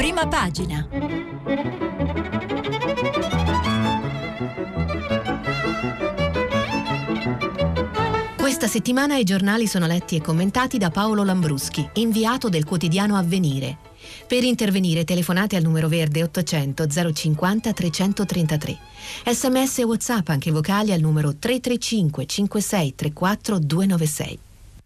Prima pagina. Questa settimana i giornali sono letti e commentati da Paolo Lambruschi, inviato del quotidiano Avvenire. Per intervenire telefonate al numero verde 800 050 333. SMS e WhatsApp anche vocali al numero 335 56 34 296.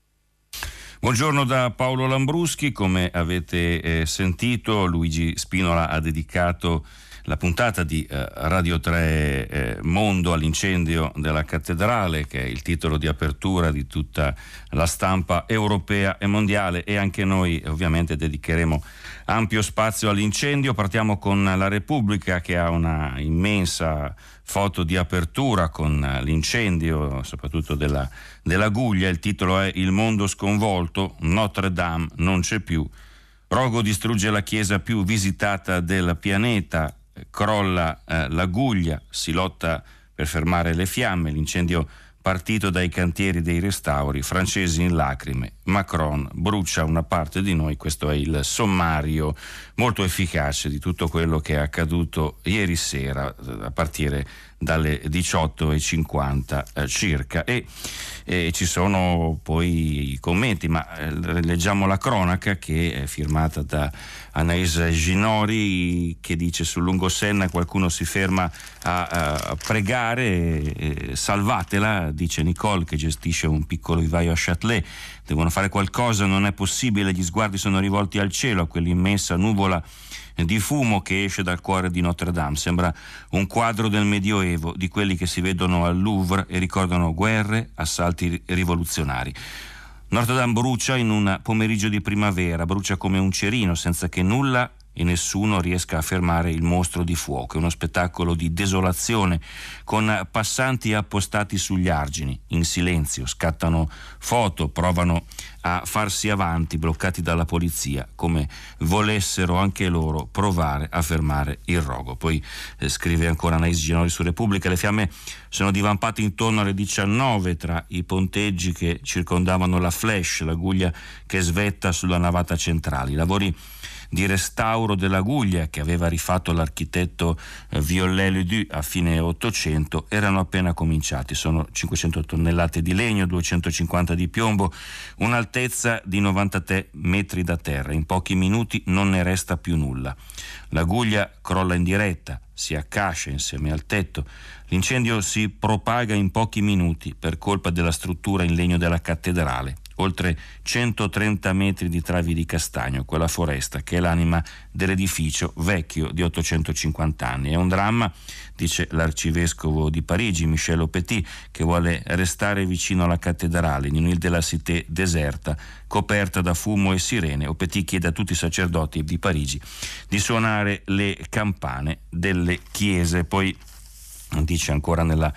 Buongiorno da Paolo Lambruschi. Come avete sentito, Luigi Spinola ha dedicato la puntata di Radio 3 Mondo all'incendio della cattedrale, che è il titolo di apertura di tutta la stampa europea e mondiale, e anche noi ovviamente dedicheremo ampio spazio all'incendio. Partiamo con la Repubblica, che ha una immensa foto di apertura con l'incendio soprattutto della Guglia. Il titolo è "Il mondo sconvolto, Notre Dame non c'è più, rogo distrugge la chiesa più visitata del pianeta, crolla la Guglia, si lotta per fermare le fiamme, l'incendio partito dai cantieri dei restauri, francesi in lacrime, Macron brucia una parte di noi". Questo è il sommario molto efficace di tutto quello che è accaduto ieri sera a partire dalle 18:50 circa, e ci sono poi i commenti, ma leggiamo la cronaca che è firmata da Anaïs Ginori, che dice: sul Lungosenna qualcuno si ferma a pregare, salvatela, dice Nicole che gestisce un piccolo vivaio a Châtelet, devono fare qualcosa, non è possibile, gli sguardi sono rivolti al cielo, a quell'immensa nuvola di fumo che esce dal cuore di Notre Dame, sembra un quadro del Medioevo, di quelli che si vedono al Louvre e ricordano guerre, assalti rivoluzionari. Notre Dame brucia in un pomeriggio di primavera, brucia come un cerino senza che nulla e nessuno riesca a fermare il mostro di fuoco. È uno spettacolo di desolazione, con passanti appostati sugli argini, in silenzio, scattano foto, provano a farsi avanti, bloccati dalla polizia, come volessero anche loro provare a fermare il rogo. Poi scrive ancora Anaïs Ginori su Repubblica: le fiamme sono divampate intorno alle 19 tra i ponteggi che circondavano la Flèche, la Guglia che svetta sulla navata centrale. I lavori di restauro della Guglia, che aveva rifatto l'architetto Viollet-le-Duc a fine 800, erano appena cominciati. Sono 500 tonnellate di legno, 250 di piombo, un'altezza di 93 metri da terra. In pochi minuti non ne resta più nulla. La Guglia crolla in diretta, si accascia insieme al tetto. L'incendio si propaga in pochi minuti per colpa della struttura in legno della cattedrale. Oltre 130 metri di travi di castagno, quella foresta che è l'anima dell'edificio vecchio di 850 anni. È un dramma, dice l'arcivescovo di Parigi, Michel Aupetit, che vuole restare vicino alla cattedrale, in un'île de la Cité deserta, coperta da fumo e sirene. Aupetit chiede a tutti i sacerdoti di Parigi di suonare le campane delle chiese. Poi dice ancora nella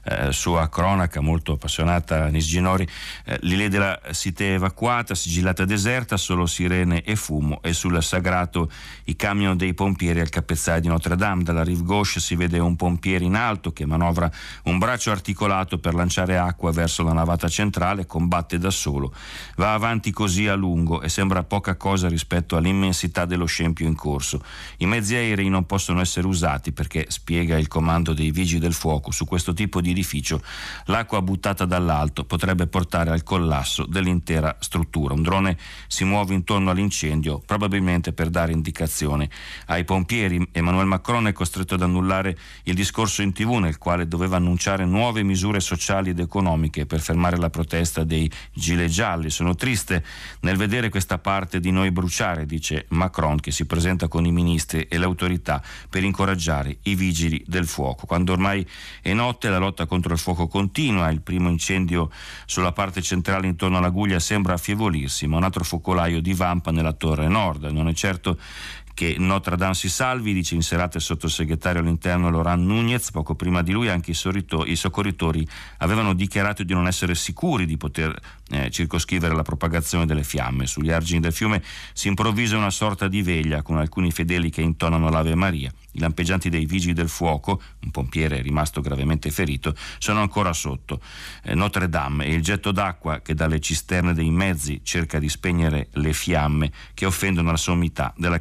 sua cronaca molto appassionata Anaïs Ginori: l'île de la Cité evacuata, sigillata deserta, solo sirene e fumo, e sul sagrato i camion dei pompieri al capezzale di Notre Dame. Dalla rive gauche si vede un pompiere in alto che manovra un braccio articolato per lanciare acqua verso la navata centrale, combatte da solo, va avanti così a lungo e sembra poca cosa rispetto all'immensità dello scempio in corso. I mezzi aerei non possono essere usati perché, spiega il comando dei vigili del fuoco, su questo tipo di edificio l'acqua buttata dall'alto potrebbe portare al collasso dell'intera struttura. Un drone si muove intorno all'incendio, probabilmente per dare indicazione ai pompieri. Emmanuel Macron è costretto ad annullare il discorso in TV nel quale doveva annunciare nuove misure sociali ed economiche per fermare la protesta dei gilet gialli. Sono triste nel vedere questa parte di noi bruciare, dice Macron, che si presenta con i ministri e le autorità per incoraggiare i vigili del fuoco. Quando ormai è notte, la lotta contro il fuoco continua. Il primo incendio sulla parte centrale intorno alla Guglia sembra affievolirsi, ma un altro focolaio divampa nella torre nord. Non è certo che Notre Dame si salvi, dice in serata il sottosegretario all'interno Laurent Nunez. Poco prima di lui anche i soccorritori avevano dichiarato di non essere sicuri di poter circoscrivere la propagazione delle fiamme. Sugli argini del fiume si improvvisa una sorta di veglia con alcuni fedeli che intonano l'Ave Maria. I lampeggianti dei vigili del fuoco, un pompiere è rimasto gravemente ferito, sono ancora sotto Notre Dame, e il getto d'acqua che dalle cisterne dei mezzi cerca di spegnere le fiamme che offendono la sommità della cattedrale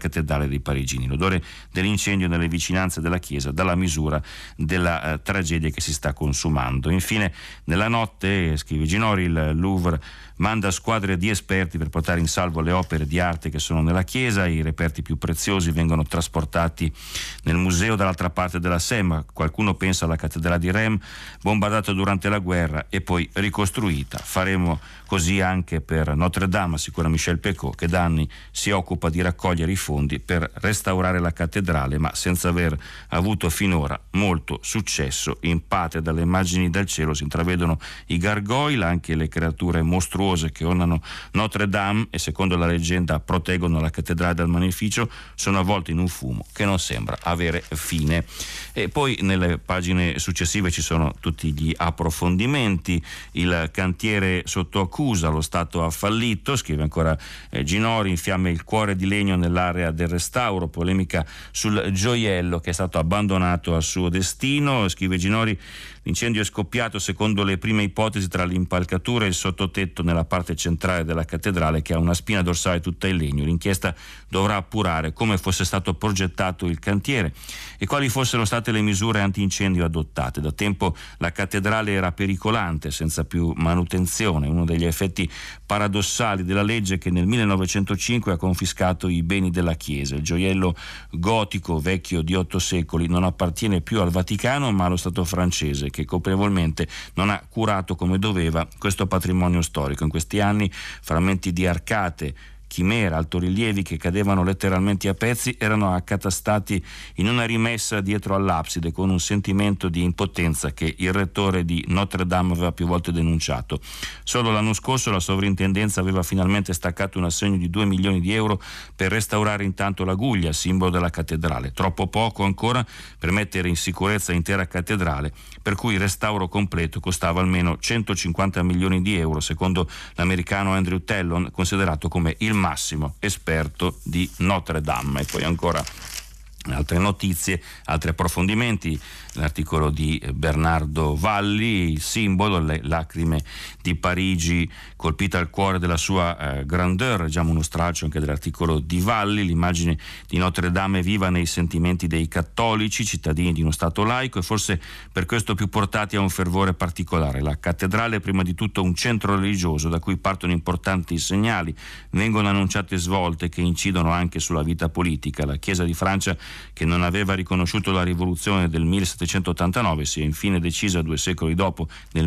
generale dei parigini. L'odore dell'incendio nelle vicinanze della chiesa dà la misura della tragedia che si sta consumando. Infine, nella notte, scrive Ginori, il Louvre manda squadre di esperti per portare in salvo le opere di arte che sono nella chiesa. I reperti più preziosi vengono trasportati nel museo dall'altra parte della Seine. Qualcuno pensa alla cattedrale di Reims, bombardata durante la guerra e poi ricostruita. Faremo così anche per Notre Dame, assicura Michel Pecot, che da anni si occupa di raccogliere i fondi per restaurare la cattedrale, ma senza aver avuto finora molto successo. In patria, dalle immagini dal cielo si intravedono i gargoyle, anche le creature mostruose che ornano Notre Dame e, secondo la leggenda, proteggono la cattedrale dal maleficio, sono avvolte in un fumo che non sembra avere fine. E poi nelle pagine successive ci sono tutti gli approfondimenti. Il cantiere sotto accusa, lo Stato ha fallito, scrive ancora Ginori. In fiamme il cuore di legno nell'area del restauro, polemica sul gioiello che è stato abbandonato al suo destino, scrive Ginori. L'incendio è scoppiato, secondo le prime ipotesi, tra l'impalcatura e il sottotetto nella parte centrale della cattedrale, che ha una spina dorsale tutta in legno. L'inchiesta dovrà appurare come fosse stato progettato il cantiere e quali fossero state le misure antincendio adottate. Da tempo la cattedrale era pericolante, senza più manutenzione. Uno degli effetti paradossali della legge che nel 1905 ha confiscato i beni della Chiesa. Il gioiello gotico, vecchio di 8 secoli, non appartiene più al Vaticano ma allo Stato francese, che colpevolmente non ha curato come doveva questo patrimonio storico. In questi anni frammenti di arcate, chimera, altorilievi che cadevano letteralmente a pezzi erano accatastati in una rimessa dietro all'abside, con un sentimento di impotenza che il rettore di Notre Dame aveva più volte denunciato. Solo l'anno scorso la sovrintendenza aveva finalmente staccato un assegno di 2 milioni di euro per restaurare intanto la guglia, simbolo della cattedrale. Troppo poco ancora per mettere in sicurezza l'intera cattedrale, per cui il restauro completo costava almeno 150 milioni di euro, secondo l'americano Andrew Tellon, considerato come il massimo esperto di Notre Dame. E poi ancora altre notizie, altri approfondimenti. L'articolo di Bernardo Valli, il simbolo, le lacrime di Parigi, colpita al cuore della sua grandeur. Leggiamo uno stralcio anche dell'articolo di Valli. L'immagine di Notre Dame è viva nei sentimenti dei cattolici, cittadini di uno Stato laico, e forse per questo più portati a un fervore particolare. La cattedrale è prima di tutto un centro religioso da cui partono importanti segnali, vengono annunciate svolte che incidono anche sulla vita politica. La Chiesa di Francia, che non aveva riconosciuto la rivoluzione del 1789, si è infine decisa 2 secoli dopo, nel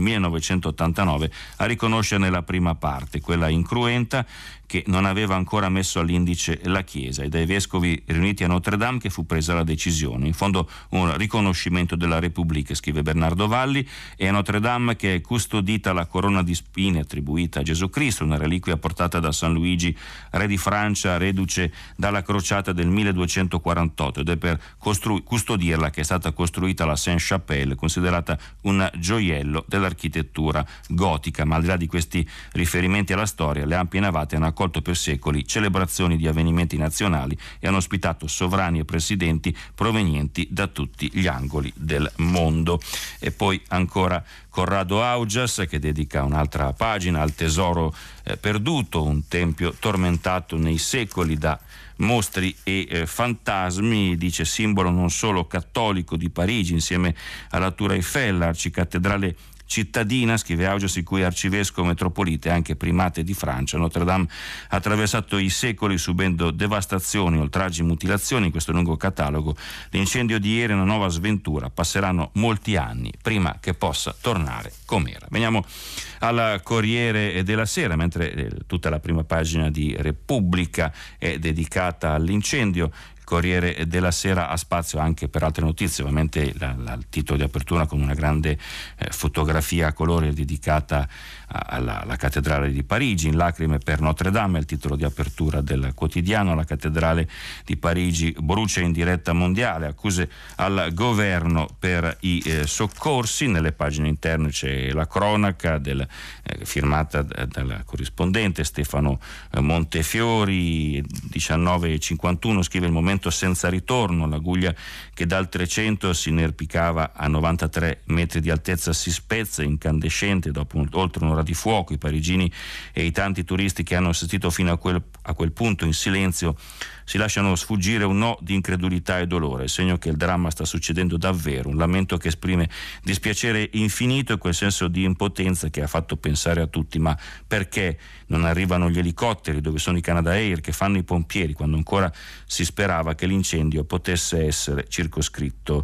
1989, a riconoscerne la prima parte, quella incruenta, che non aveva ancora messo all'indice la Chiesa, e dai vescovi riuniti a Notre Dame che fu presa la decisione. In fondo un riconoscimento della Repubblica, scrive Bernardo Valli, e a Notre Dame che è custodita la corona di spine attribuita a Gesù Cristo, una reliquia portata da San Luigi, re di Francia, reduce dalla crociata del 1248, ed è per custodirla che è stata costruita la Sainte-Chapelle, considerata un gioiello dell'architettura gotica. Ma al di là di questi riferimenti alla storia, le ampie navate hanno accolto per secoli celebrazioni di avvenimenti nazionali e hanno ospitato sovrani e presidenti provenienti da tutti gli angoli del mondo. E poi ancora Corrado Augias, che dedica un'altra pagina al tesoro perduto, un tempio tormentato nei secoli da mostri e fantasmi. Dice: simbolo non solo cattolico di Parigi, insieme alla Tour Eiffel, arcicattedrale cittadina, scrive Augias, il cui arcivescovo metropolita e anche primate di Francia. Notre Dame ha attraversato i secoli subendo devastazioni, oltraggi, mutilazioni. In questo lungo catalogo l'incendio di ieri è una nuova sventura. Passeranno molti anni prima che possa tornare com'era. Veniamo al Corriere della Sera, mentre tutta la prima pagina di Repubblica è dedicata all'incendio. Corriere della Sera ha spazio anche per altre notizie, ovviamente il titolo di apertura con una grande fotografia a colori dedicata alla cattedrale di Parigi. In lacrime per Notre Dame è il titolo di apertura del quotidiano. La cattedrale di Parigi brucia in diretta mondiale, accuse al governo per i soccorsi. Nelle pagine interne c'è la cronaca firmata dal corrispondente Stefano Montefiori. 19:51 scrive: il momento senza ritorno, la guglia che dal 300 si inerpicava a 93 metri di altezza si spezza, incandescente, dopo oltre un'ora di fuoco. I parigini e i tanti turisti che hanno assistito fino a quel punto in silenzio si lasciano sfuggire un no di incredulità e dolore, segno che il dramma sta succedendo davvero, un lamento che esprime dispiacere infinito e quel senso di impotenza che ha fatto pensare a tutti: ma perché non arrivano gli elicotteri, dove sono i Canadair, che fanno i pompieri, quando ancora si sperava che l'incendio potesse essere circoscritto?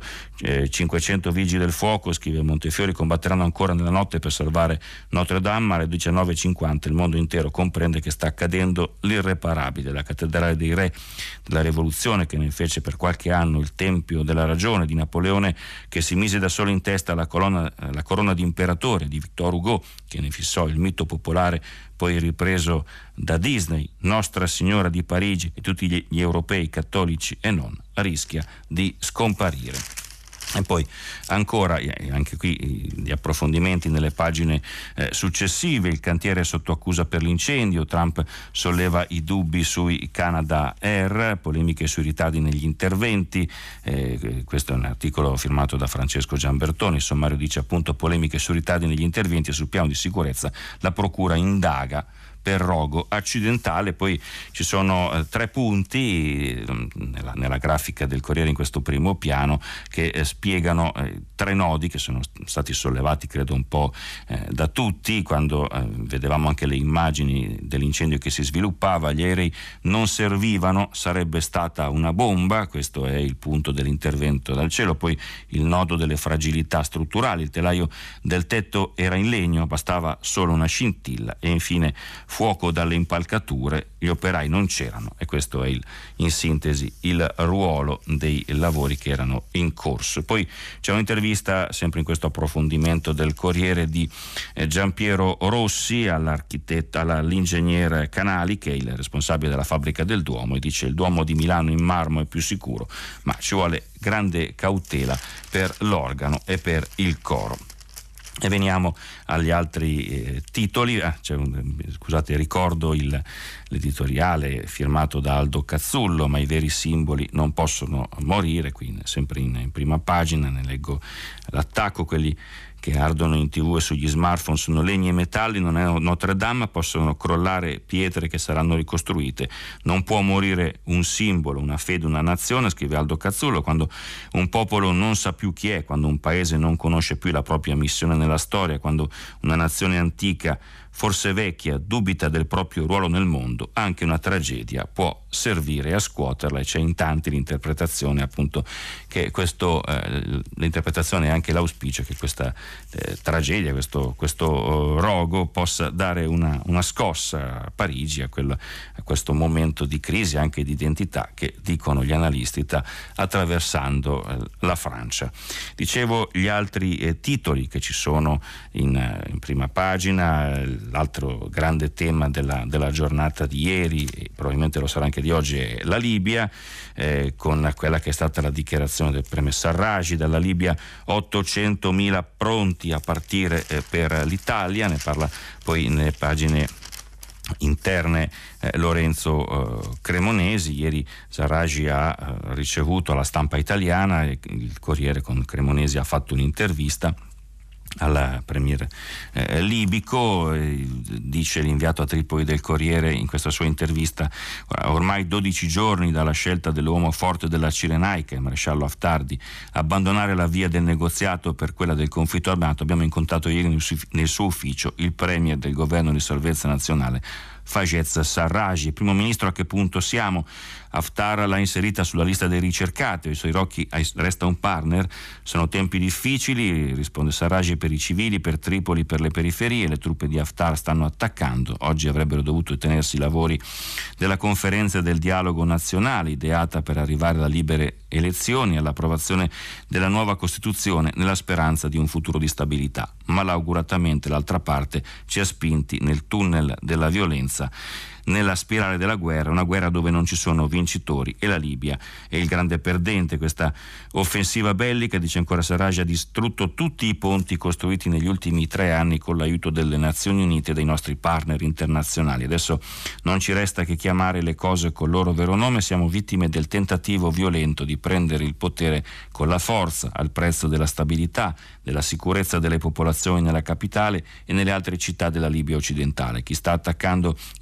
500 vigili del fuoco, scrive Montefiori, combatteranno ancora nella notte per salvare Notre Dame. Alle 19:50 il mondo intero comprende che sta accadendo l'irreparabile. La cattedrale dei re della rivoluzione, che ne fece per qualche anno il tempio della ragione di Napoleone, che si mise da solo in testa la corona di imperatore di Victor Hugo, che ne fissò il mito popolare poi ripreso da Disney, Nostra Signora di Parigi e tutti gli europei cattolici e non, rischia di scomparire. E poi ancora, anche qui gli approfondimenti nelle pagine successive: il cantiere è sotto accusa per l'incendio, Trump solleva i dubbi sui Canadair, polemiche sui ritardi negli interventi, questo è un articolo firmato da Francesco Giambertoni. Il sommario dice appunto: polemiche sui ritardi negli interventi e sul piano di sicurezza la procura indaga per rogo accidentale. Poi ci sono 3 punti nella grafica del Corriere in questo primo piano che spiegano 3 nodi che sono stati sollevati credo un po' da tutti quando vedevamo anche le immagini dell'incendio che si sviluppava. Gli aerei non servivano, sarebbe stata una bomba, questo è il punto dell'intervento dal cielo. Poi il nodo delle fragilità strutturali: il telaio del tetto era in legno, bastava solo una scintilla. E infine fuoco dalle impalcature, gli operai non c'erano, e questo è in sintesi il ruolo dei lavori che erano in corso. Poi c'è un'intervista sempre in questo approfondimento del Corriere di Giampiero Rossi all'ingegnere Canali, che è il responsabile della fabbrica del Duomo, e dice: il Duomo di Milano in marmo è più sicuro, ma ci vuole grande cautela per l'organo e per il coro. E veniamo agli altri titoli. Scusate, ricordo l'editoriale firmato da Aldo Cazzullo: ma i veri simboli non possono morire. Qui sempre in prima pagina ne leggo l'attacco: quelli che ardono in TV e sugli smartphone sono legni e metalli, non è Notre Dame, possono crollare pietre che saranno ricostruite. Non può morire un simbolo, una fede, una nazione, scrive Aldo Cazzullo. Quando un popolo non sa più chi è, quando un paese non conosce più la propria missione nella storia, quando una nazione antica, forse vecchia, dubita del proprio ruolo nel mondo, anche una tragedia può servire a scuoterla. E c'è in tanti l'interpretazione appunto che l'interpretazione è anche l'auspicio che questa tragedia, questo rogo possa dare una scossa a Parigi, a questo momento di crisi anche di identità che, dicono gli analisti, sta attraversando la Francia. Dicevo gli altri titoli che ci sono in prima pagina. L'altro grande tema della giornata di ieri, e probabilmente lo sarà anche di oggi, è la Libia, con quella che è stata la dichiarazione del premier Sarraj. Dalla Libia 800.000 pronti a partire per l'Italia. Ne parla poi nelle pagine interne Lorenzo Cremonesi. Ieri Sarraj ha ricevuto alla stampa italiana, e il Corriere con Cremonesi ha fatto un'intervista al premier libico. Dice l'inviato a Tripoli del Corriere in questa sua intervista: ormai 12 giorni dalla scelta dell'uomo forte della Cirenaica, il maresciallo Haftar, di abbandonare la via del negoziato per quella del conflitto armato, abbiamo incontrato ieri nel suo ufficio il premier del governo di salvezza nazionale Fayez Sarraj. Primo ministro, a che punto siamo? Haftar l'ha inserita sulla lista dei ricercati, i suoi occhi resta un partner. Sono tempi difficili, risponde Sarraj, per i civili, per Tripoli, per le periferie. Le truppe di Haftar stanno attaccando. Oggi avrebbero dovuto tenersi i lavori della conferenza del dialogo nazionale, ideata per arrivare alle libere elezioni e all'approvazione della nuova Costituzione, nella speranza di un futuro di stabilità. Malauguratamente l'altra parte ci ha spinti nel tunnel della violenza, nella spirale della guerra, una guerra dove non ci sono vincitori, e la Libia è il grande perdente. Questa offensiva bellica, dice ancora Sarraj, ha distrutto tutti i ponti costruiti negli ultimi 3 anni con l'aiuto delle Nazioni Unite e dei nostri partner internazionali. Adesso non ci resta che chiamare le cose col loro vero nome: siamo vittime del tentativo violento di prendere il potere con la forza, al prezzo della stabilità, della sicurezza delle popolazioni nella capitale e nelle altre città della Libia occidentale. Chi sta attaccando i sobborghi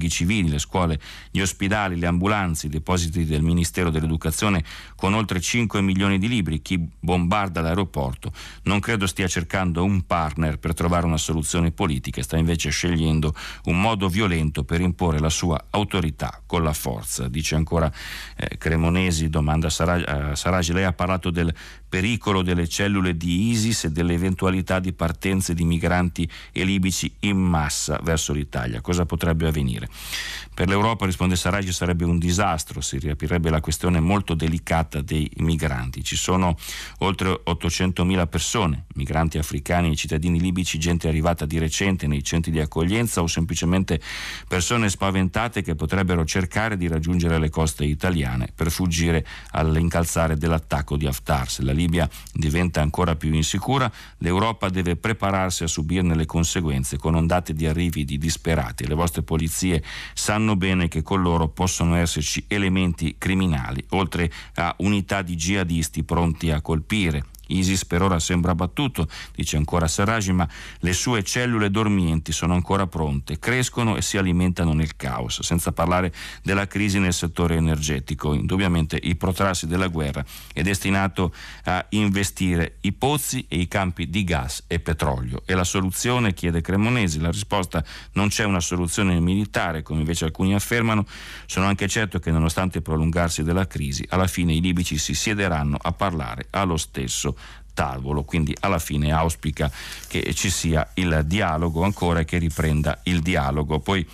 luoghi civili, le scuole, gli ospedali, le ambulanze, i depositi del Ministero dell'Educazione con oltre 5 milioni di libri, chi bombarda l'aeroporto non credo stia cercando un partner per trovare una soluzione politica, sta invece scegliendo un modo violento per imporre la sua autorità con la forza. Dice ancora Cremonesi, domanda a Sarraj, lei ha parlato del pericolo delle cellule di ISIS e delle eventualità di partenze di migranti e libici in massa verso l'Italia. Cosa potrebbe avvenire? Per l'Europa, risponde Sarraj, sarebbe un disastro, si riaprirebbe la questione molto delicata dei migranti. Ci sono oltre 800.000 persone, migranti africani e cittadini libici, gente arrivata di recente nei centri di accoglienza o semplicemente persone spaventate che potrebbero cercare di raggiungere le coste italiane per fuggire all'incalzare dell'attacco di Haftar. Se la Libia diventa ancora più insicura, l'Europa deve prepararsi a subirne le conseguenze con ondate di arrivi di disperati. Le vostre polizie sanno bene che con loro possono esserci elementi criminali, oltre a unità di jihadisti pronti a colpire. ISIS per ora sembra battuto, dice ancora Sarraj, ma le sue cellule dormienti sono ancora pronte, crescono e si alimentano nel caos, senza parlare della crisi nel settore energetico. Indubbiamente il protrarsi della guerra è destinato a investire i pozzi e i campi di gas e petrolio. E la soluzione, chiede Cremonesi, la risposta: non c'è una soluzione militare, come invece alcuni affermano. Sono anche certo che nonostante il prolungarsi della crisi, alla fine i libici si siederanno a parlare allo stesso tavolo. Quindi alla fine auspica che ci sia il dialogo ancora e che riprenda il dialogo. Poi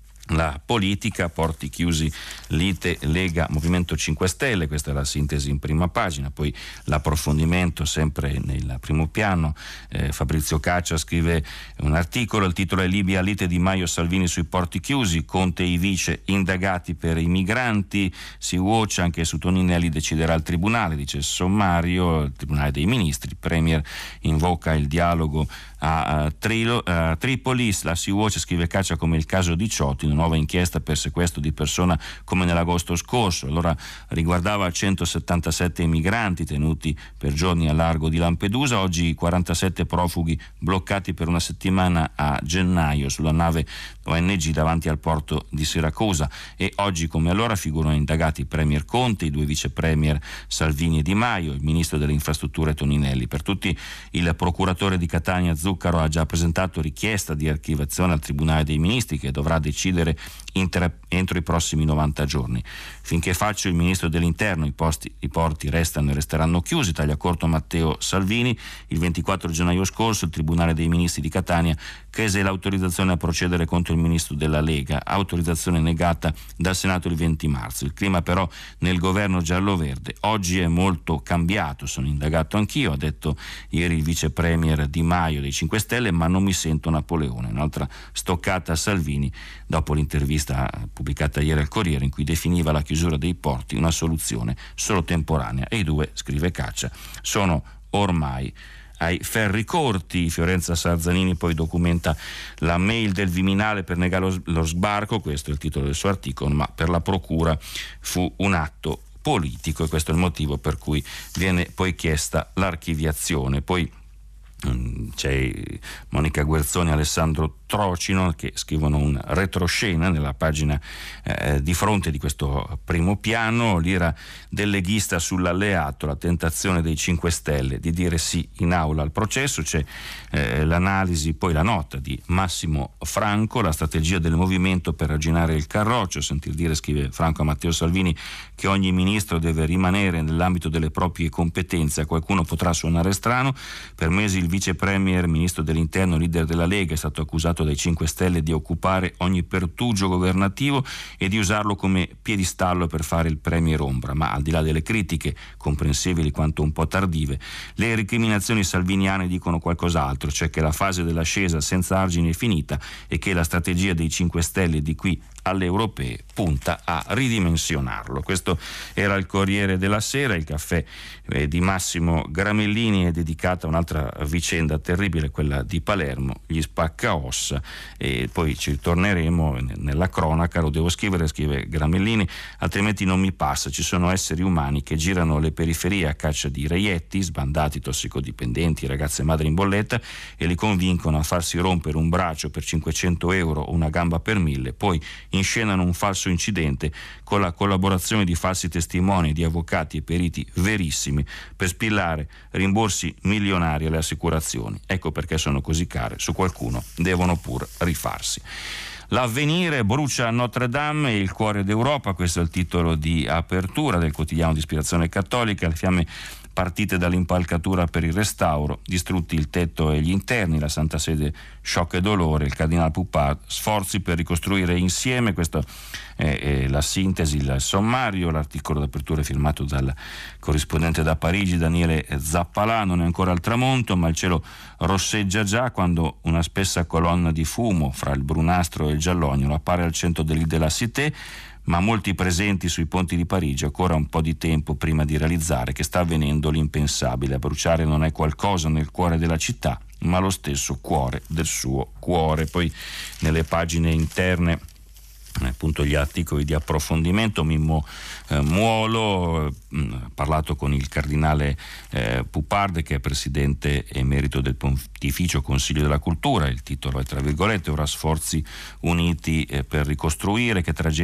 la politica, porti chiusi, lite, Lega, Movimento 5 Stelle, questa è la sintesi in prima pagina. Poi l'approfondimento sempre nel primo piano. Fabrizio Caccia scrive un articolo, il titolo è Libia, lite Di Maio Salvini sui porti chiusi, Conte e i vice indagati per i migranti, si uocia anche su Toninelli, deciderà il tribunale, dice il sommario, il tribunale dei ministri. Premier invoca il dialogo a Tripoli, la si uocia, scrive Caccia, come il caso di Cioti, una nuova inchiesta per sequestro di persona come nell'agosto scorso. Allora riguardava 177 migranti tenuti per giorni a largo di Lampedusa, oggi 47 profughi bloccati per una settimana a gennaio sulla nave ONG davanti al porto di Siracusa, e oggi come allora figurano indagati Premier Conte, i due vice premier Salvini e Di Maio, il ministro delle infrastrutture Toninelli. Per tutti il procuratore di Catania Zuccaro ha già presentato richiesta di archiviazione al Tribunale dei Ministri, che dovrà decidere entro i prossimi 90 giorni. Finché faccio il ministro dell'Interno, i porti restano e resteranno chiusi, taglia corto Matteo Salvini. Il 24 gennaio scorso il Tribunale dei Ministri di Catania chiese l'autorizzazione a procedere contro il ministro della Lega, autorizzazione negata dal Senato il 20 marzo. Il clima però nel governo giallo-verde oggi è molto cambiato. Sono indagato anch'io, ha detto ieri il vice premier Di Maio dei 5 Stelle, ma non mi sento Napoleone. Un'altra stoccata a Salvini dopo l'intervista pubblicata ieri al Corriere, in cui definiva la chiusura dei porti una soluzione solo temporanea, e i due, scrive Caccia, sono ormai ai ferri corti. Fiorenza Sarzanini poi documenta la mail del Viminale per negare lo sbarco, questo è il titolo del suo articolo, ma per la procura fu un atto politico, e questo è il motivo per cui viene poi chiesta l'archiviazione. Poi c'è Monica Guerzoni e Alessandro Trocino che scrivono un retroscena nella pagina di fronte di questo primo piano, l'ira del leghista sull'alleato, la tentazione dei 5 Stelle di dire sì in aula al processo. C'è l'analisi, poi la nota di Massimo Franco, la strategia del movimento per arginare il carroccio. Sentir dire, scrive Franco a Matteo Salvini, che ogni ministro deve rimanere nell'ambito delle proprie competenze. A qualcuno potrà suonare strano, per mesi il vice premier, ministro dell'Interno, leader della Lega, è stato accusato dai 5 Stelle di occupare ogni pertugio governativo e di usarlo come piedistallo per fare il premier ombra. Ma al di là delle critiche, comprensibili quanto un po' tardive, le recriminazioni salviniane dicono qualcos'altro, cioè che la fase dell'ascesa senza argini è finita e che la strategia dei 5 Stelle di qui alle europee punta a ridimensionarlo. Questo era il Corriere della Sera. Il caffè di Massimo Gramellini è dedicato a un'altra vicenda terribile, quella di Palermo, gli spaccaossa, e poi ci torneremo nella cronaca. Lo devo scrivere, scrive Gramellini, altrimenti non mi passa. Ci sono esseri umani che girano le periferie a caccia di reietti, sbandati, tossicodipendenti, ragazze madri in bolletta, e li convincono a farsi rompere un braccio per 500 euro o una gamba per 1000, poi inscenano un falso incidente con la collaborazione di falsi testimoni, di avvocati e periti verissimi per spillare rimborsi milionari alle assicurazioni. Ecco perché sono così care, su qualcuno devono pur rifarsi. L'Avvenire brucia Notre Dame e il cuore d'Europa, questo è il titolo di apertura del quotidiano di ispirazione cattolica. Le fiamme partite dall'impalcatura per il restauro, distrutti il tetto e gli interni, la Santa Sede shock e dolore, il Cardinal Poupard, sforzi per ricostruire insieme. Questa è la sintesi, il sommario. L'articolo d'apertura è firmato dal corrispondente da Parigi Daniele Zappalà. Non è ancora al tramonto, ma il cielo rosseggia già quando una spessa colonna di fumo fra il brunastro e il giallognolo appare al centro dell'Île de la Cité, ma molti presenti sui ponti di Parigi ancora un po' di tempo prima di realizzare che sta avvenendo l'impensabile. A bruciare non è qualcosa nel cuore della città, ma lo stesso cuore del suo cuore. Poi nelle pagine interne appunto gli articoli di approfondimento. Mimmo Muolo ha parlato con il cardinale Poupard, che è presidente emerito del Pontificio Consiglio della Cultura. Il titolo è, tra virgolette, ora sforzi uniti per ricostruire.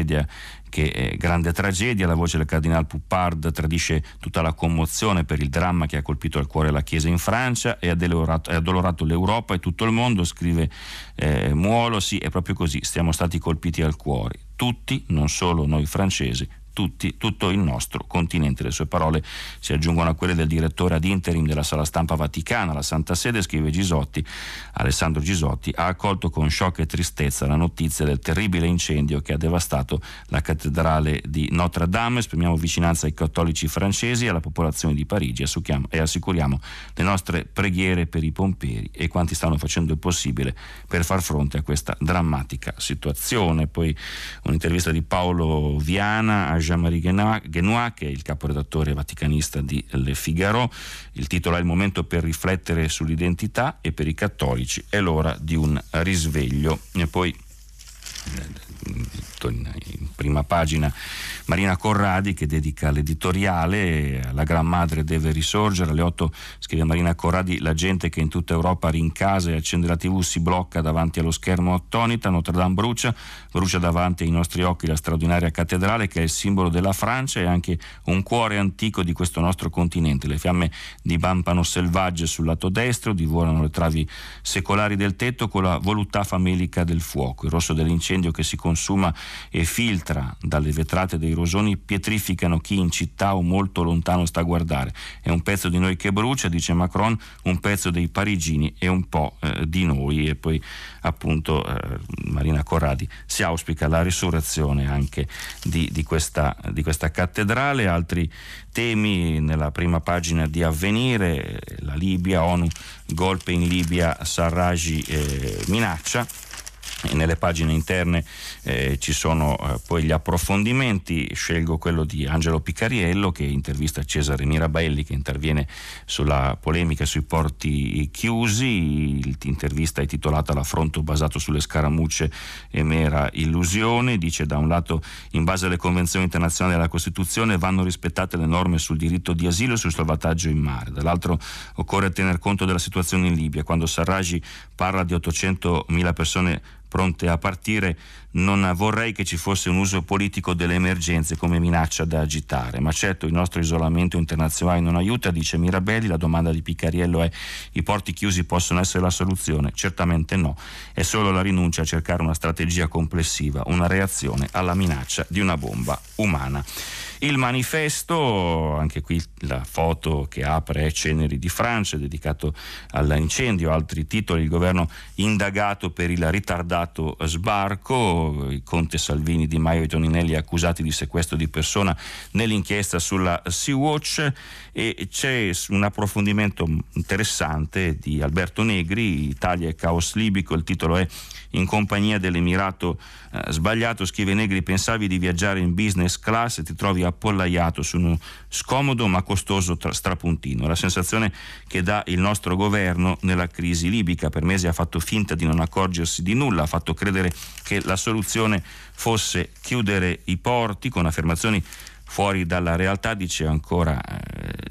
Che grande tragedia. La voce del cardinale Poupard tradisce tutta la commozione per il dramma che ha colpito al cuore la Chiesa in Francia e ha addolorato l'Europa e tutto il mondo, scrive Muolo. Sì, è proprio così, siamo stati colpiti al cuore, tutti, non solo noi francesi, tutto il nostro continente. Le sue parole si aggiungono a quelle del direttore ad interim della Sala Stampa Vaticana. La Santa Sede, scrive Alessandro Gisotti, ha accolto con shock e tristezza la notizia del terribile incendio che ha devastato la cattedrale di Notre Dame. Esprimiamo vicinanza ai cattolici francesi e alla popolazione di Parigi e assicuriamo le nostre preghiere per i pompieri e quanti stanno facendo il possibile per far fronte a questa drammatica situazione. Poi un'intervista di Paolo Viana a Jean-Marie Guenois, che è il caporedattore vaticanista di Le Figaro. Il titolo è: il momento per riflettere sull'identità e per i cattolici è l'ora di un risveglio. E poi in prima pagina Marina Corradi, che dedica l'editoriale La Gran Madre deve risorgere. Alle 8 scrive Marina Corradi: la gente che in tutta Europa rincasa e accende la TV si blocca davanti allo schermo attonita. Notre Dame brucia davanti ai nostri occhi la straordinaria cattedrale che è il simbolo della Francia e anche un cuore antico di questo nostro continente. Le fiamme divampano selvagge sul lato destro, divorano le travi secolari del tetto con la voluttà famelica del fuoco. Il rosso dell'incendio che si consuma e filtra dalle vetrate dei rosoni pietrificano chi in città o molto lontano sta a guardare. È un pezzo di noi che brucia, dice Macron, un pezzo dei parigini e un po' di noi. E poi appunto Marina Corradi si auspica la risurrezione anche di questa cattedrale. Altri temi nella prima pagina di Avvenire: la Libia, ONU, golpe in Libia, Sarraj minaccia. E nelle pagine interne ci sono poi gli approfondimenti. Scelgo quello di Angelo Piccariello, che intervista Cesare Mirabaelli, che interviene sulla polemica sui porti chiusi. L'intervista è titolata L'affronto basato sulle scaramucce e mera illusione. Dice: da un lato, in base alle convenzioni internazionali e alla Costituzione vanno rispettate le norme sul diritto di asilo e sul salvataggio in mare, dall'altro occorre tener conto della situazione in Libia. Quando Sarraj parla di 800.000 persone pronte a partire, non vorrei che ci fosse un uso politico delle emergenze come minaccia da agitare, ma certo il nostro isolamento internazionale non aiuta, dice Mirabelli. La domanda di Piccariello è: i porti chiusi possono essere la soluzione? Certamente no, è solo la rinuncia a cercare una strategia complessiva, una reazione alla minaccia di una bomba umana. Il Manifesto, anche qui la foto che apre è Ceneri di Francia, dedicato all'incendio. Altri titoli: il governo indagato per il ritardato sbarco, il conte Salvini, Di Maio e Toninelli accusati di sequestro di persona nell'inchiesta sulla Sea-Watch. E c'è un approfondimento interessante di Alberto Negri, Italia e caos libico. Il titolo è In compagnia dell'Emirato sbagliato. Scrive Negri: pensavi di viaggiare in business class e ti trovi appollaiato su uno scomodo ma costoso strapuntino. La sensazione che dà il nostro governo nella crisi libica. Per mesi ha fatto finta di non accorgersi di nulla, ha fatto credere che la soluzione fosse chiudere i porti con affermazioni fuori dalla realtà. Dice ancora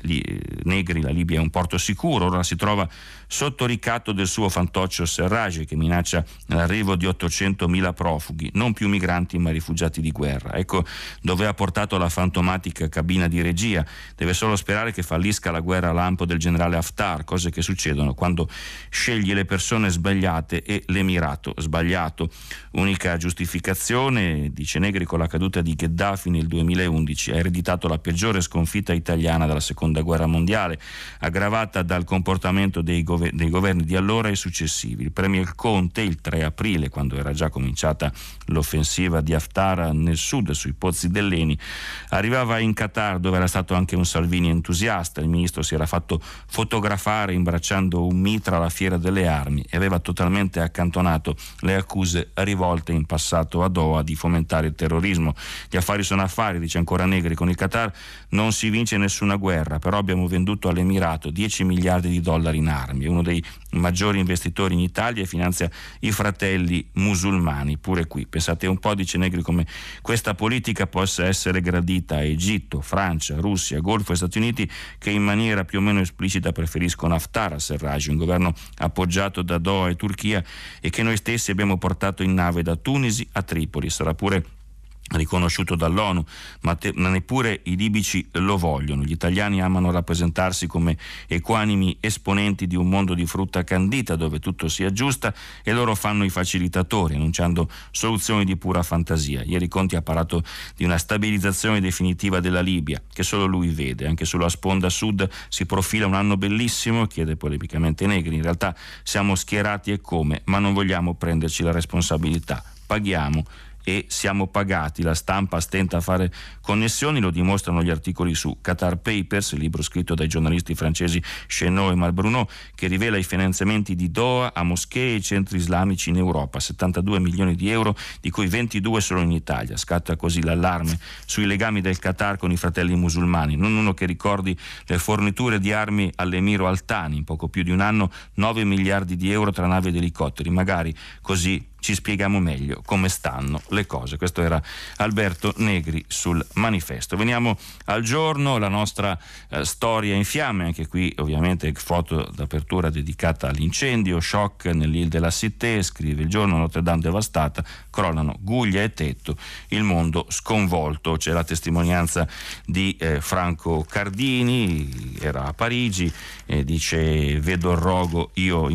Negri la Libia è un porto sicuro, ora si trova sotto ricatto del suo fantoccio Serraj, che minaccia l'arrivo di 800.000 profughi, non più migranti ma rifugiati di guerra. Ecco dove ha portato la fantomatica cabina di regia. Deve solo sperare che fallisca la guerra lampo del generale Haftar, cose che succedono quando scegli le persone sbagliate e l'emirato sbagliato. Unica giustificazione, dice Negri, con la caduta di Gheddafi nel 2011 ha ereditato la peggiore sconfitta italiana dalla seconda guerra mondiale, aggravata dal comportamento dei governi di allora e successivi. Il premier Conte, il 3 aprile, quando era già cominciata l'offensiva di Haftar nel sud sui pozzi dell'Eni, arrivava in Qatar, dove era stato anche un Salvini entusiasta. Il ministro si era fatto fotografare imbracciando un mitra alla fiera delle armi e aveva totalmente accantonato le accuse rivolte in passato a Doha di fomentare il terrorismo. Gli affari sono affari, dice ancora Negri, con il Qatar non si vince nessuna guerra, però abbiamo venduto all'Emirato 10 miliardi di dollari in armi, è uno dei maggiori investitori in Italia e finanzia i fratelli musulmani. Pure qui pensate un po', dice Negri, come questa politica possa essere gradita a Egitto, Francia, Russia, Golfo e Stati Uniti, che in maniera più o meno esplicita preferiscono Haftar a Serraj, un governo appoggiato da Doha e Turchia e che noi stessi abbiamo portato in nave da Tunisi a Tripoli. Sarà pure riconosciuto dall'ONU, ma neppure i libici lo vogliono. Gli italiani amano rappresentarsi come equanimi esponenti di un mondo di frutta candita dove tutto si aggiusta, e loro fanno i facilitatori, annunciando soluzioni di pura fantasia. Ieri Conte ha parlato di una stabilizzazione definitiva della Libia che solo lui vede. Anche sulla sponda sud si profila un anno bellissimo, chiede polemicamente Negri. In realtà siamo schierati e come, ma non vogliamo prenderci la responsabilità. Paghiamo e siamo pagati. La stampa stenta a fare connessioni, lo dimostrano gli articoli su Qatar Papers, il libro scritto dai giornalisti francesi Chenot e Malbrunot, che rivela i finanziamenti di Doha a moschee e centri islamici in Europa, 72 milioni di euro, di cui 22 solo in Italia. Scatta così l'allarme sui legami del Qatar con i fratelli musulmani, non uno che ricordi le forniture di armi all'emiro Al Thani, in poco più di un anno 9 miliardi di euro tra navi ed elicotteri. Magari così ci spieghiamo meglio come stanno le cose. Questo era Alberto Negri sul Manifesto. Veniamo al Giorno, la nostra storia in fiamme, anche qui ovviamente foto d'apertura dedicata all'incendio, shock nell'Île de la Cité, scrive il Giorno, Notre Dame devastata, crollano guglia e tetto, il mondo sconvolto. C'è la testimonianza di Franco Cardini, era a Parigi, dice vedo il rogo io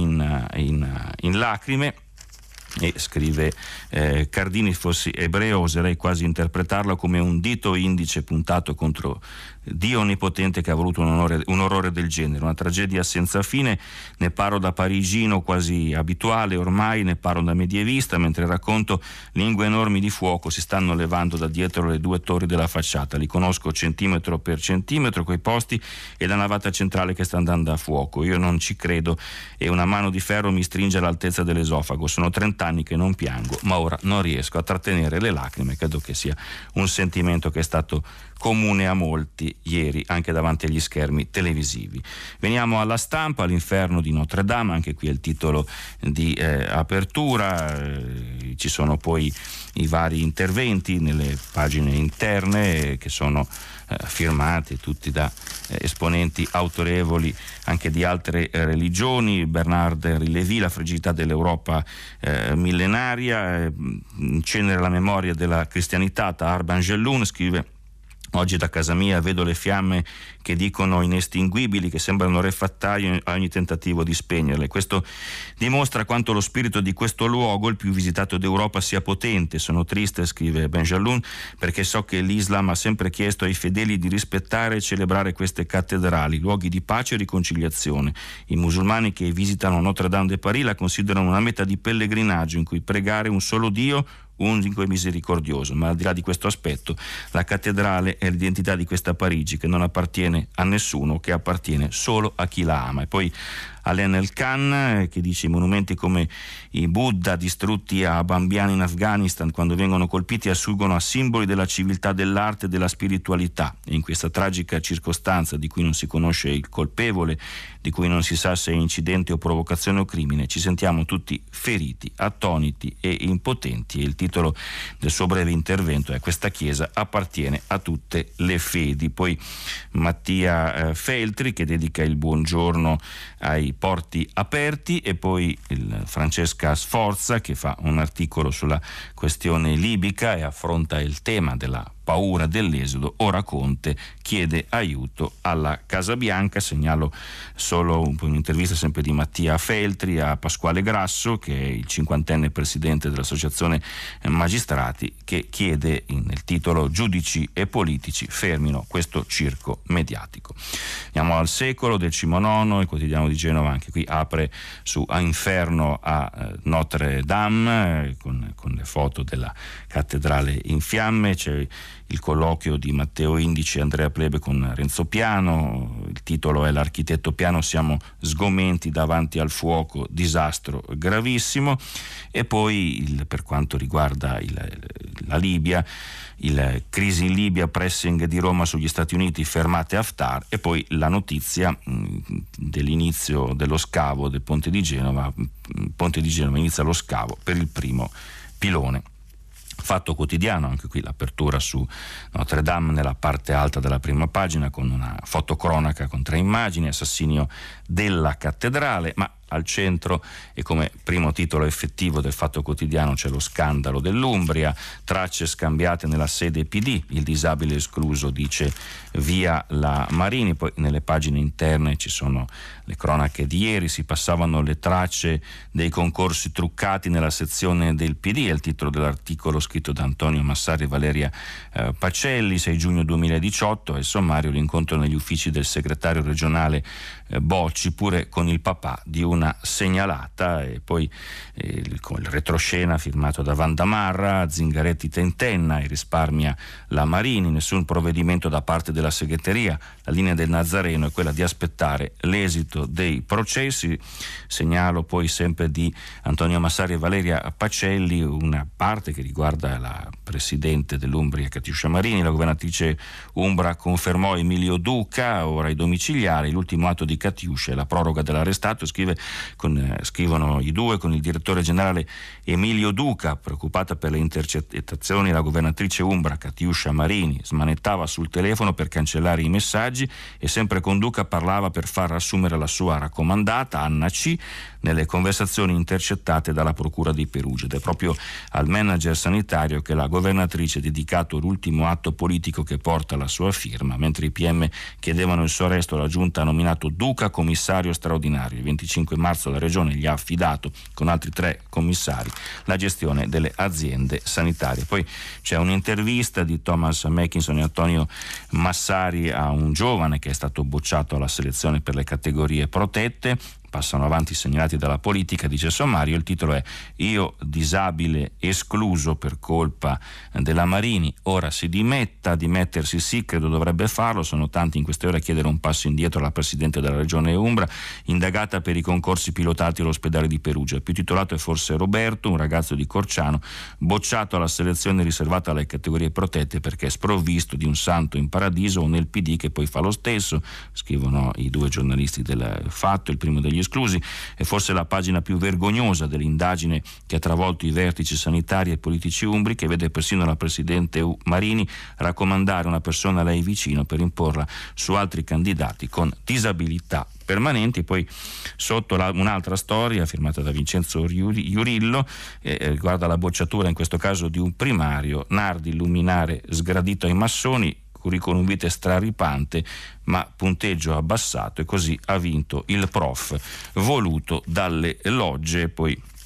in lacrime. E scrive Cardini, fossi ebreo oserei quasi interpretarlo come un dito indice puntato contro Dio onnipotente che ha voluto un orrore del genere, una tragedia senza fine. Ne parlo da parigino quasi abituale ormai, ne parlo da medievista, mentre racconto lingue enormi di fuoco si stanno levando da dietro le due torri della facciata. Li conosco centimetro per centimetro quei posti e la navata centrale che sta andando a fuoco. Io non ci credo e una mano di ferro mi stringe all'altezza dell'esofago. Sono 30 anni che non piango, ma ora non riesco a trattenere le lacrime. Credo che sia un sentimento che è stato comune a molti ieri anche davanti agli schermi televisivi. Veniamo alla Stampa, l'inferno di Notre Dame, anche qui è il titolo di apertura. Ci sono poi i vari interventi nelle pagine interne che sono firmati tutti da esponenti autorevoli anche di altre religioni. Bernard-Henri Lévy, la fragilità dell'Europa millenaria, incenere la memoria della cristianità. Tahar Benjelloun scrive: oggi da casa mia vedo le fiamme che dicono inestinguibili, che sembrano refrattarie a ogni tentativo di spegnerle. Questo dimostra quanto lo spirito di questo luogo, il più visitato d'Europa, sia potente. Sono triste, scrive Benjelloun, perché so che l'Islam ha sempre chiesto ai fedeli di rispettare e celebrare queste cattedrali, luoghi di pace e riconciliazione. I musulmani che visitano Notre Dame de Paris la considerano una meta di pellegrinaggio in cui pregare un solo Dio, unico e misericordioso. Ma al di là di questo aspetto, la cattedrale è l'identità di questa Parigi, che non appartiene a nessuno, che appartiene solo a chi la ama. E poi Alain El Khan, che dice: i monumenti come i Buddha distrutti a Bambiani in Afghanistan, quando vengono colpiti, assurgono a simboli della civiltà, dell'arte e della spiritualità, e in questa tragica circostanza di cui non si conosce il colpevole, di cui non si sa se è incidente o provocazione o crimine, ci sentiamo tutti feriti, attoniti e impotenti. E il titolo del suo breve intervento è: questa chiesa appartiene a tutte le fedi. Poi Mattia Feltri, che dedica il buongiorno ai porti aperti, e poi Francesca Sforza, che fa un articolo sulla questione libica e affronta il tema della paura dell'esodo. Ora Conte chiede aiuto alla Casa Bianca. Segnalo solo un'intervista sempre di Mattia Feltri a Pasquale Grasso, che è il 50enne presidente dell'Associazione Magistrati, che chiede nel titolo: giudici e politici fermino questo circo mediatico. Andiamo al Secolo del Cimo IX, il quotidiano di Genova anche qui apre su a Inferno a Notre Dame, con le foto della cattedrale in fiamme. C'è il colloquio di Matteo Indici e Andrea Plebe con Renzo Piano. Il titolo è: l'architetto Piano, siamo sgomenti davanti al fuoco, disastro gravissimo. E poi per quanto riguarda la Libia, il crisi in Libia, pressing di Roma sugli Stati Uniti, fermate Haftar. E poi la notizia dell'inizio dello scavo del Ponte di Genova. Inizia lo scavo per il primo pilone. Fatto Quotidiano, anche qui l'apertura su Notre Dame nella parte alta della prima pagina, con una fotocronaca con 3 immagini: assassinio della cattedrale. Ma al centro, e come primo titolo effettivo del Fatto Quotidiano, c'è lo scandalo dell'Umbria, tracce scambiate nella sede PD, il disabile escluso dice via la Marini. Poi nelle pagine interne ci sono le cronache di ieri, si passavano le tracce dei concorsi truccati nella sezione del PD, è il titolo dell'articolo scritto da Antonio Massari e Valeria Pacelli. 6 giugno 2018 è il sommario: l'incontro negli uffici del segretario regionale Bocci, pure con il papà di una segnalata. E poi il retroscena firmato da Vanda Marra: Zingaretti tentenna e risparmia la Marini, nessun provvedimento da parte della segreteria, la linea del Nazareno è quella di aspettare l'esito dei processi. Segnalo poi sempre di Antonio Massari e Valeria Pacelli una parte che riguarda la presidente dell'Umbria Catiuscia Marini. La governatrice umbra confermò Emilio Duca ora ai domiciliari, l'ultimo atto di Catiuscia è la proroga dell'arrestato. Scrivono i due con il direttore generale Emilio Duca: preoccupata per le intercettazioni, la governatrice umbra Catiuscia Marini smanettava sul telefono per cancellare i messaggi e sempre con Duca parlava per far assumere la sua raccomandata Anna C. nelle conversazioni intercettate dalla procura di Perugia. Ed è proprio al manager sanitario che la governatrice ha dedicato l'ultimo atto politico che porta la sua firma. Mentre i PM chiedevano il suo arresto, la giunta ha nominato Duca commissario straordinario. Il 25 marzo la regione gli ha affidato, con altri 3 commissari, la gestione delle aziende sanitarie. Poi c'è un'intervista di Thomas Mackinson e Antonio Massari a un giovane che è stato bocciato alla selezione per le categorie protette. Passano avanti segnalati dalla politica, dice il sommario. Il titolo è: io disabile escluso per colpa della Marini, ora si dimetta. Dimettersi sì, credo dovrebbe farlo, sono tanti in queste ore a chiedere un passo indietro alla presidente della regione Umbra, indagata per i concorsi pilotati all'ospedale di Perugia. Il più titolato è forse Roberto, un ragazzo di Corciano, bocciato alla selezione riservata alle categorie protette perché è sprovvisto di un santo in paradiso o nel PD che poi fa lo stesso. Scrivono i 2 giornalisti del Fatto, il primo degli esclusi. È forse la pagina più vergognosa dell'indagine che ha travolto i vertici sanitari e politici umbri, che vede persino la presidente Marini raccomandare una persona a lei vicino per imporla su altri candidati con disabilità permanenti. Poi sotto un'altra storia firmata da Vincenzo Iurillo riguarda la bocciatura, in questo caso di un primario. Nardi, luminare sgradito ai massoni, curriculum vitae straripante ma punteggio abbassato, e così ha vinto il prof voluto dalle logge. Poi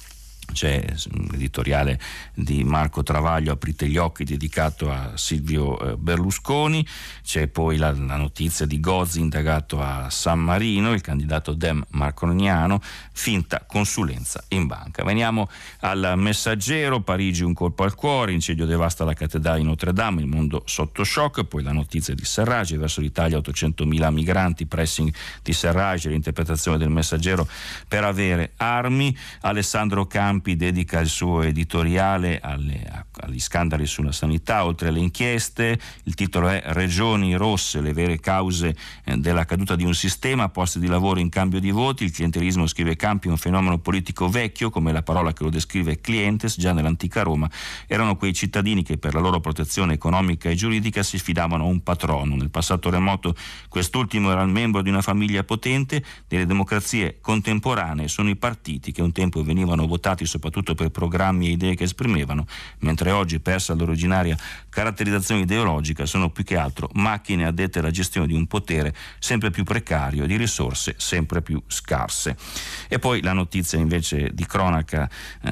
c'è l'editoriale di Marco Travaglio, Aprite gli occhi, dedicato a Silvio Berlusconi. C'è poi la notizia di Gozzi indagato a San Marino, il candidato Dem macroniano, finta consulenza in banca. Veniamo al Messaggero, Parigi un colpo al cuore, incendio devasta la cattedrale di Notre Dame, il mondo sotto shock. Poi la notizia di Serraj, verso l'Italia 800.000 migranti, pressing di Serraj, l'interpretazione del Messaggero per avere armi. Alessandro Campi dedica il suo editoriale agli scandali sulla sanità, oltre alle inchieste. Il titolo è Regioni rosse, le vere cause della caduta di un sistema, posti di lavoro in cambio di voti. Il clientelismo, scrive Campi, è un fenomeno politico vecchio, come la parola che lo descrive, clientes. Già nell'antica Roma erano quei cittadini che per la loro protezione economica e giuridica si fidavano a un patrono. Nel passato remoto quest'ultimo era il membro di una famiglia potente. Nelle democrazie contemporanee sono i partiti, che un tempo venivano votati soprattutto per programmi e idee che esprimevano, mentre oggi, persa l'originaria caratterizzazione ideologica, sono più che altro macchine addette alla gestione di un potere sempre più precario e di risorse sempre più scarse. E poi la notizia invece di cronaca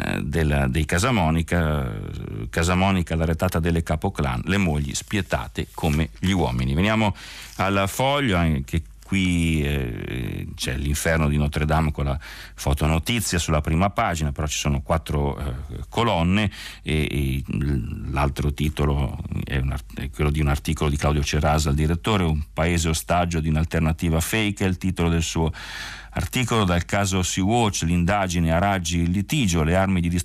dei Casamonica, la retata delle capoclan, le mogli spietate come gli uomini. Veniamo al Foglio, che qui c'è l'inferno di Notre Dame con la fotonotizia sulla prima pagina, però ci sono 4 colonne e l'altro titolo è quello di un articolo di Claudio Cerasa, il direttore, Un paese ostaggio di un'alternativa fake, è il titolo del suo articolo. Dal caso Sea-Watch, l'indagine a Raggi, il litigio, le armi di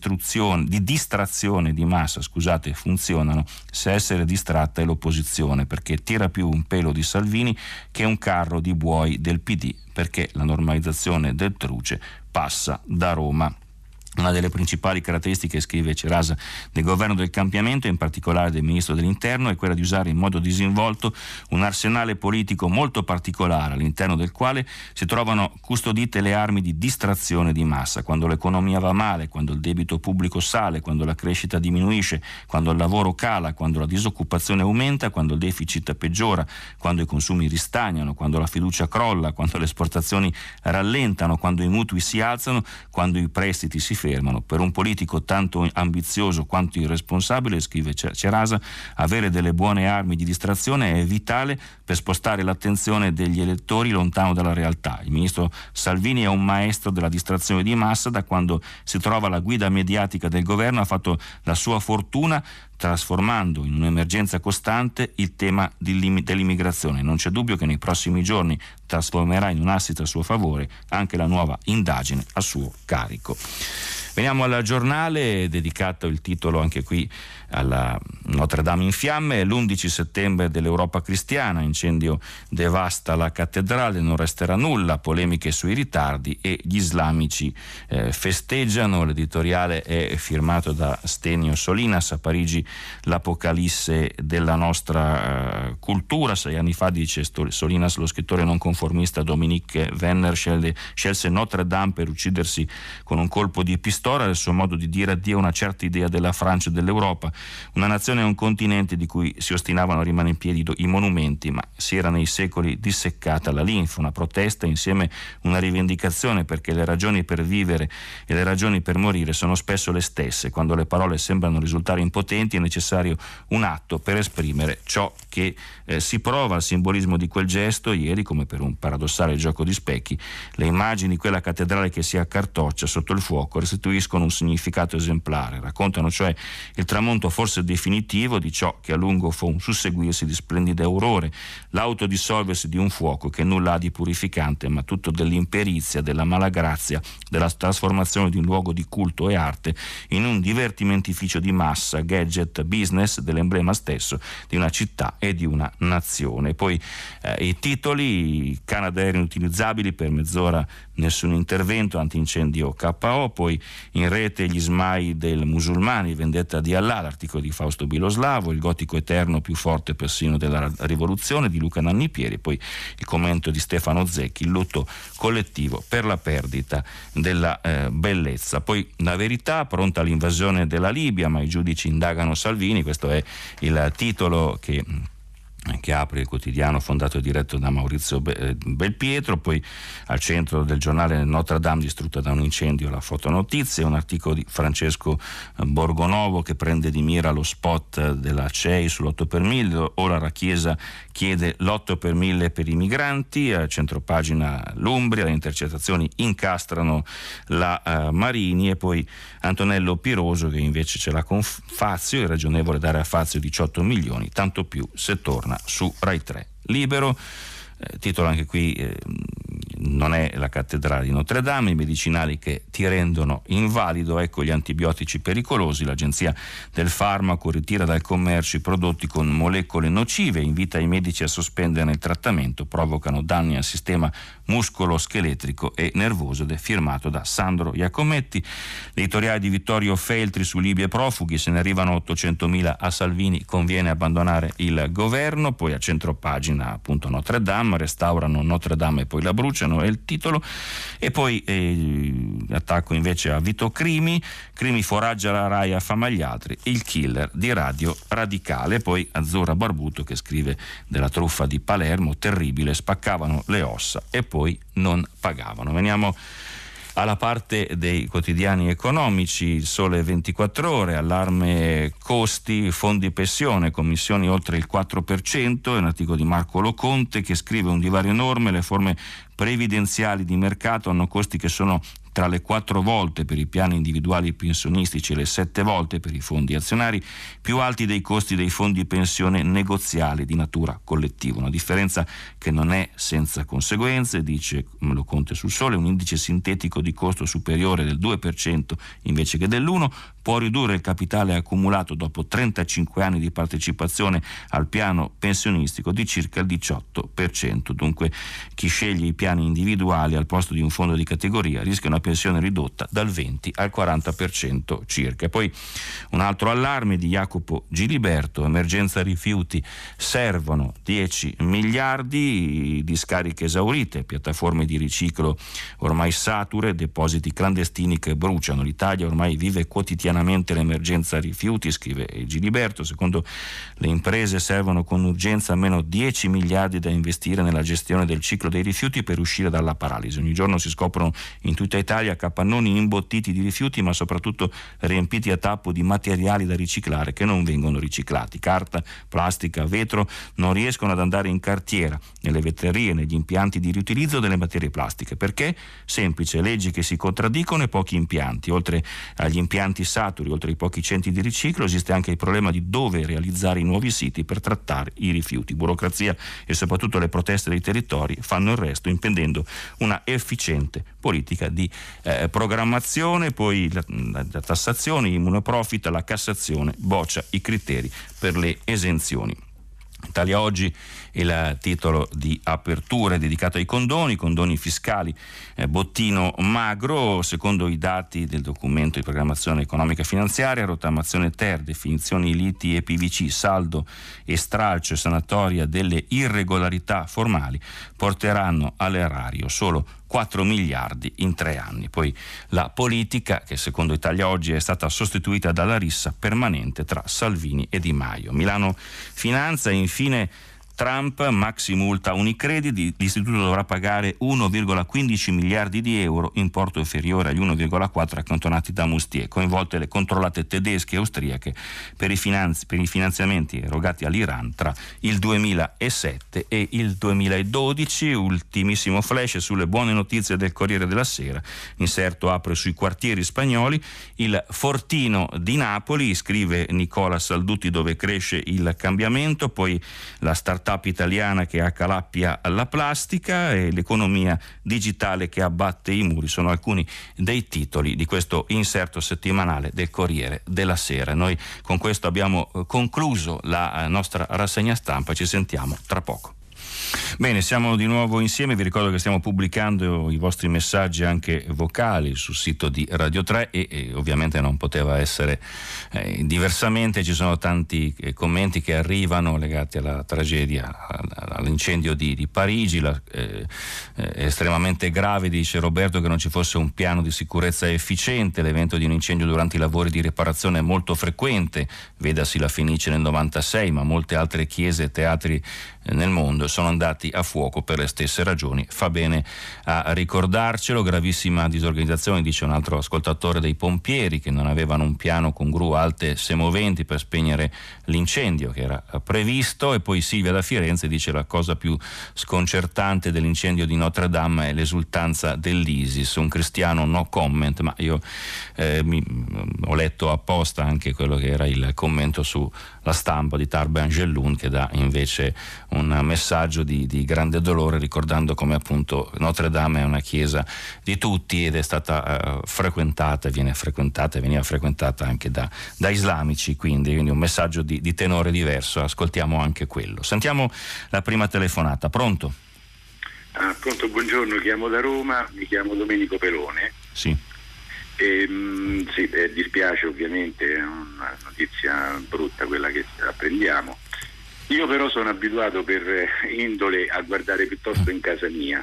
distrazione di massa, funzionano se essere distratta è l'opposizione, perché tira più un pelo di Salvini che un carro di buoi del PD, perché la normalizzazione del truce passa da Roma. Una delle principali caratteristiche, scrive Cerasa, del governo del cambiamento, in particolare del ministro dell'Interno, è quella di usare in modo disinvolto un arsenale politico molto particolare, all'interno del quale si trovano custodite le armi di distrazione di massa. Quando l'economia va male, quando il debito pubblico sale, quando la crescita diminuisce, quando il lavoro cala, quando la disoccupazione aumenta, quando il deficit peggiora, quando i consumi ristagnano, quando la fiducia crolla, quando le esportazioni rallentano, quando i mutui si alzano, quando i prestiti si fermano. Per un politico tanto ambizioso quanto irresponsabile, scrive Cerasa, avere delle buone armi di distrazione è vitale per spostare l'attenzione degli elettori lontano dalla realtà. Il ministro Salvini è un maestro della distrazione di massa. Da quando si trova alla guida mediatica del governo ha fatto la sua fortuna trasformando in un'emergenza costante il tema dell'immigrazione. Non c'è dubbio che nei prossimi giorni trasformerà in un asset a suo favore anche la nuova indagine a suo carico. Veniamo al Giornale, dedicato il titolo anche qui alla Notre Dame in fiamme. L'11 settembre dell'Europa cristiana, incendio devasta la cattedrale, non resterà nulla, polemiche sui ritardi e gli islamici festeggiano. L'editoriale è firmato da Stenio Solinas. A Parigi l'apocalisse della nostra cultura. 6 anni fa, dice Solinas, lo scrittore non conformista Dominique Venner scelse Notre Dame per uccidersi con un colpo di pistola. Del suo modo di dire addio a una certa idea della Francia e dell'Europa, una nazione e un continente di cui si ostinavano a rimanere in piedi i monumenti, ma si era nei secoli disseccata la linfa. Una protesta insieme una rivendicazione, perché le ragioni per vivere e le ragioni per morire sono spesso le stesse. Quando le parole sembrano risultare impotenti è necessario un atto per esprimere ciò che si prova. Il simbolismo di quel gesto ieri, come per un paradossale gioco di specchi, le immagini di quella cattedrale che si accartoccia sotto il fuoco restituiscono un significato esemplare, raccontano cioè il tramonto forse definitivo di ciò che a lungo fu un susseguirsi di splendide aurore, l'autodissolversi di un fuoco che nulla ha di purificante, ma tutto dell'imperizia, della malagrazia, della trasformazione di un luogo di culto e arte in un divertimentificio di massa, gadget, business, dell'emblema stesso di una città e di una nazione. Poi i titoli: Canadair inutilizzabili, per mezz'ora nessun intervento, antincendio KO. Poi in rete gli smai del musulmani, vendetta di Allah, l'articolo di Fausto Biloslavo, il gotico eterno più forte persino della rivoluzione di Luca Nannipieri. Poi il commento di Stefano Zecchi, il lutto collettivo per la perdita della bellezza. Poi La Verità, pronta all'invasione della Libia ma i giudici indagano Salvini. Questo è il titolo che che apre il quotidiano fondato e diretto da Maurizio Belpietro. Poi al centro del giornale Notre Dame distrutta da un incendio, la fotonotizia, un articolo di Francesco Borgonovo che prende di mira lo spot della CEI sull'8 per 1000. Ora la Chiesa chiede l'8 per 1000 per i migranti. A centropagina l'Umbria, le intercettazioni incastrano la Marini. E poi Antonello Piroso che invece ce l'ha con Fazio, è ragionevole dare a Fazio 18 milioni, tanto più se torna su Rai 3. Libero, titolo anche qui, non è la cattedrale di Notre Dame, i medicinali che ti rendono invalido, ecco gli antibiotici pericolosi. L'Agenzia del Farmaco ritira dal commercio i prodotti con molecole nocive, invita i medici a sospenderne il trattamento, provocano danni al sistema muscolo-scheletrico e nervoso, ed è firmato da Sandro Iacometti. L'editoriale di Vittorio Feltri su Libia e profughi, se ne arrivano 800.000 a Salvini, conviene abbandonare il governo. Poi a centropagina appunto Notre Dame, restaurano Notre Dame e poi la bruciano, è il titolo. E poi attacco invece a Vito Crimi foraggia la Rai, affama gli altri, il killer di Radio Radicale. Poi Azzurra Barbuto che scrive della truffa di Palermo, terribile, spaccavano le ossa e poi non pagavano. Veniamo alla parte dei quotidiani economici. Il Sole 24 Ore, allarme costi, fondi pensione, commissioni oltre il 4%, è un articolo di Marco Loconte che scrive un divario enorme, le forme previdenziali di mercato hanno costi che sono tra le 4 volte per i piani individuali pensionistici e le 7 volte per i fondi azionari, più alti dei costi dei fondi pensione negoziali di natura collettiva. Una differenza che non è senza conseguenze, dice Loconte sul Sole. Un indice sintetico di costo superiore del 2% invece che dell'1% può ridurre il capitale accumulato dopo 35 anni di partecipazione al piano pensionistico di circa il 18%. Dunque chi sceglie i piani individuali al posto di un fondo di categoria rischia una pensione ridotta dal 20 al 40% circa. E poi un altro allarme di Jacopo Giliberto, emergenza rifiuti, servono 10 miliardi, discariche esaurite, piattaforme di riciclo ormai sature, depositi clandestini che bruciano. L'Italia ormai vive quotidianamente l'emergenza rifiuti, scrive Giliberto. Secondo le imprese servono con urgenza almeno 10 miliardi da investire nella gestione del ciclo dei rifiuti per uscire dalla paralisi. Ogni giorno si scoprono in tutta Italia capannoni imbottiti di rifiuti, ma soprattutto riempiti a tappo di materiali da riciclare che non vengono riciclati. Carta, plastica, vetro non riescono ad andare in cartiera nelle vetrerie, negli impianti di riutilizzo delle materie plastiche. Perché? Semplice, leggi che si contraddicono e pochi impianti. Oltre agli impianti saturi, oltre ai pochi centri di riciclo, esiste anche il problema di dove realizzare i nuovi siti per trattare i rifiuti. Burocrazia e soprattutto le proteste dei territori fanno il resto, impedendo una efficiente politica di programmazione. Poi la tassazione, immunoprofit, la Cassazione boccia i criteri per le esenzioni. Italia Oggi, il titolo di apertura è dedicato ai condoni fiscali, bottino magro. Secondo i dati del documento di programmazione economica e finanziaria, rottamazione ter, definizioni liti e PVC, saldo e stralcio e sanatoria delle irregolarità formali porteranno all'erario solo 4 miliardi in 3 anni. Poi la politica, che secondo Italia Oggi è stata sostituita dalla rissa permanente tra Salvini e Di Maio. Milano Finanza, infine Trump, maxi multa Unicredit, l'istituto dovrà pagare 1,15 miliardi di euro, importo inferiore agli 1,4 accantonati da Mustier, coinvolte le controllate tedesche e austriache per i finanziamenti erogati all'Iran tra il 2007 e il 2012. Ultimissimo flash sulle buone notizie del Corriere della Sera, inserto apre sui quartieri spagnoli, il fortino di Napoli, scrive Nicola Salduti, dove cresce il cambiamento. Poi la startup italiana che accalappia la plastica e l'economia digitale che abbatte i muri sono alcuni dei titoli di questo inserto settimanale del Corriere della Sera. Noi con questo abbiamo concluso la nostra rassegna stampa, ci sentiamo tra poco. Bene, siamo di nuovo insieme, vi ricordo che stiamo pubblicando i vostri messaggi anche vocali sul sito di Radio 3 e ovviamente non poteva essere diversamente, ci sono tanti commenti che arrivano legati alla tragedia, all'incendio di Parigi. È estremamente grave, dice Roberto, che non ci fosse un piano di sicurezza efficiente. L'evento di un incendio durante i lavori di riparazione è molto frequente, vedasi la Fenice nel 96, ma molte altre chiese e teatri nel mondo sono andati a fuoco per le stesse ragioni. Fa bene a ricordarcelo. Gravissima disorganizzazione, dice un altro ascoltatore, dei pompieri, che non avevano un piano con gru alte semoventi per spegnere l'incendio che era previsto. E poi Silvia da Firenze dice: la cosa più sconcertante dell'incendio di Notre Dame è l'esultanza dell'ISIS. Un cristiano no comment, ma io ho letto apposta anche quello che era il commento sulla Stampa di Tarbe Angelun, che dà invece un messaggio di grande dolore, ricordando come appunto Notre Dame è una chiesa di tutti ed è stata veniva frequentata anche da islamici, quindi un messaggio di tenore diverso. Ascoltiamo anche quello. Sentiamo la prima telefonata. Pronto? Pronto, buongiorno, chiamo da Roma, mi chiamo Domenico Pelone. Sì. Dispiace, ovviamente, è una notizia brutta quella che apprendiamo. Io però sono abituato per indole a guardare piuttosto in casa mia,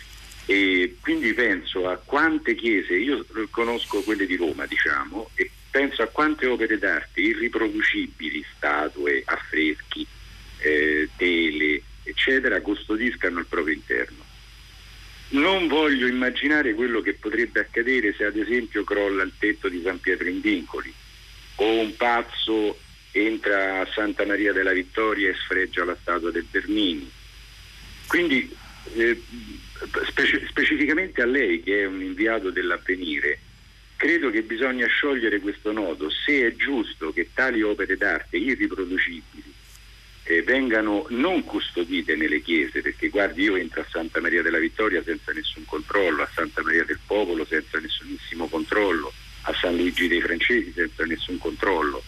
e quindi penso a quante chiese, io conosco quelle di Roma, diciamo, e penso a quante opere d'arte irriproducibili, statue, affreschi, tele, eccetera, custodiscano al proprio interno. Non voglio immaginare quello che potrebbe accadere se ad esempio crolla il tetto di San Pietro in Vincoli, o un pazzo entra a Santa Maria della Vittoria e sfregia la statua del Bernini. Quindi specificamente a lei, che è un inviato dell'Avvenire, credo che bisogna sciogliere questo nodo: se è giusto che tali opere d'arte irriproducibili vengano non custodite nelle chiese, perché guardi, io entro a Santa Maria della Vittoria senza nessun controllo, a Santa Maria del Popolo senza nessunissimo controllo, a San Luigi dei Francesi senza nessun controllo.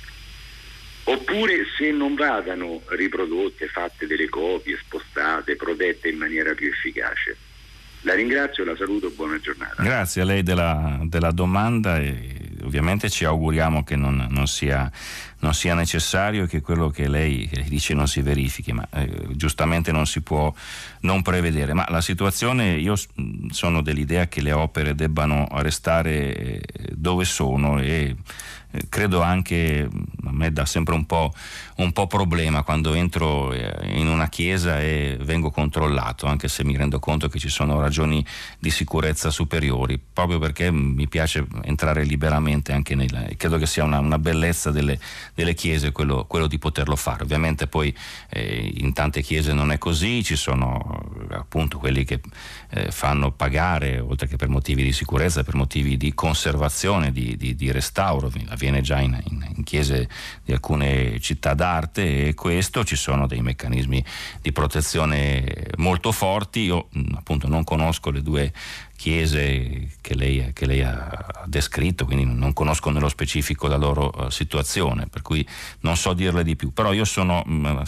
Oppure se non vadano riprodotte, fatte delle copie, spostate, protette in maniera più efficace. La ringrazio, la saluto, buona giornata. Grazie a lei della domanda, e ovviamente ci auguriamo che non sia necessario e che quello che lei dice non si verifichi, ma giustamente non si può non prevedere. Ma la situazione, io sono dell'idea che le opere debbano restare dove sono, e credo anche, a me dà sempre un po' problema quando entro in una chiesa e vengo controllato, anche se mi rendo conto che ci sono ragioni di sicurezza superiori, proprio perché mi piace entrare liberamente anche credo che sia una bellezza delle chiese quello di poterlo fare. Ovviamente poi in tante chiese non è così, ci sono appunto quelli che fanno pagare, oltre che per motivi di sicurezza, per motivi di conservazione, di restauro. Avviene già in chiese di alcune città d'arte, e questo, ci sono dei meccanismi di protezione molto forti. Io appunto non conosco le due chiese che lei ha descritto, quindi non conosco nello specifico la loro situazione, per cui non so dirle di più. Però io sono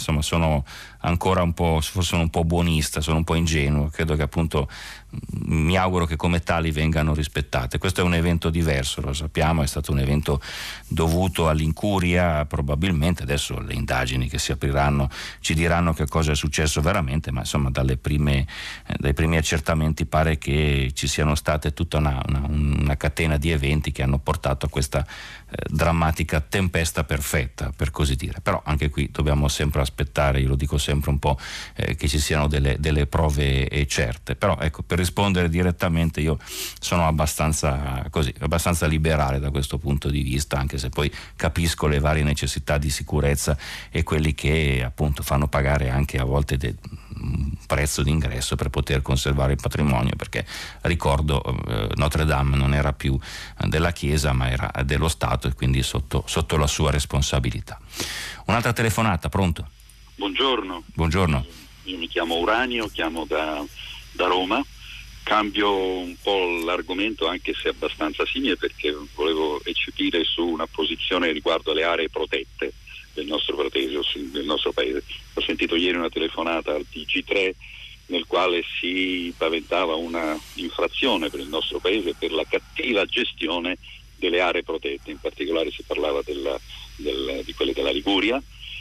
ancora un po', forse sono un po' buonista, sono un po' ingenuo, credo che appunto mi auguro che come tali vengano rispettate. Questo è un evento diverso, lo sappiamo, è stato un evento dovuto all'incuria, probabilmente. Adesso le indagini che si apriranno ci diranno che cosa è successo veramente, ma insomma dai primi accertamenti pare che ci siano state tutta una catena di eventi che hanno portato a questa drammatica tempesta perfetta, per così dire. Però anche qui dobbiamo sempre aspettare, io lo dico sempre un po', che ci siano delle prove certe. Però ecco, per rispondere direttamente, io sono abbastanza liberale da questo punto di vista, anche se poi capisco le varie necessità di sicurezza e quelli che appunto fanno pagare anche a volte un prezzo d'ingresso per poter conservare il patrimonio, perché ricordo Notre Dame non era più della Chiesa ma era dello Stato, e quindi sotto la sua responsabilità. Un'altra telefonata, pronto? Buongiorno. Buongiorno. Io mi chiamo Uranio, chiamo da Roma. Cambio un po' l'argomento, anche se abbastanza simile, perché volevo eccepire su una posizione riguardo alle aree protette del nostro paese. Ho sentito ieri una telefonata al TG3 nel quale si paventava una infrazione per il nostro paese per la cattiva gestione delle aree protette, in particolare si parlava di quelle della Liguria,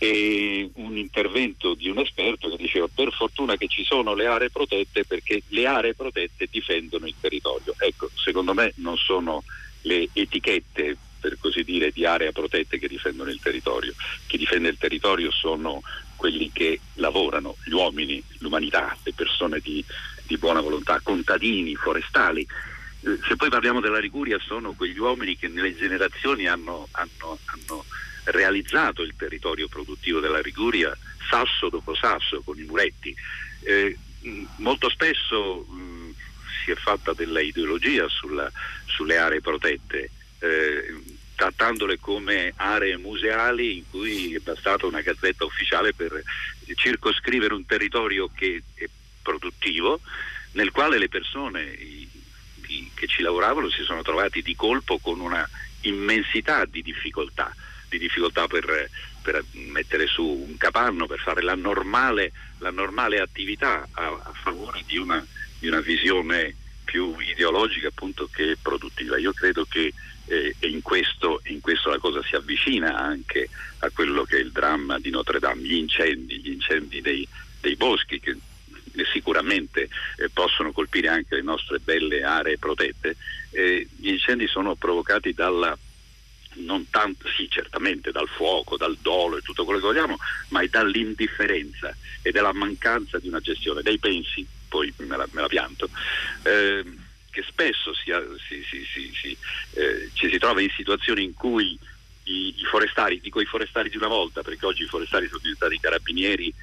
e un intervento di un esperto che diceva: per fortuna che ci sono le aree protette, perché le aree protette difendono il territorio. Ecco, secondo me non sono le etichette, per così dire, di area protette che difendono il territorio. Chi difende il territorio sono quelli che lavorano, gli uomini, l'umanità, le persone di buona volontà, contadini, forestali. Se poi parliamo della Liguria, sono quegli uomini che nelle generazioni hanno realizzato il territorio produttivo della Liguria, sasso dopo sasso, con i muretti. Molto spesso si è fatta della ideologia sulle aree protette, trattandole come aree museali in cui è bastata una gazzetta ufficiale per circoscrivere un territorio che è produttivo, nel quale le persone che ci lavoravano si sono trovati di colpo con una immensità di difficoltà per mettere su un capanno, per fare la normale attività a favore di una visione più ideologica, appunto, che produttiva. Io credo che in questo la cosa si avvicina anche a quello che è il dramma di Notre Dame, gli incendi dei boschi, che sicuramente possono colpire anche le nostre belle aree protette. Gli incendi sono provocati non tanto, sì, certamente dal fuoco, dal dolo e tutto quello che vogliamo, ma dall'indifferenza e dalla mancanza di una gestione dei pensi, poi me la pianto, che spesso ci si trova in situazioni in cui i forestali, dico i forestali di una volta, perché oggi i forestali sono diventati carabinieri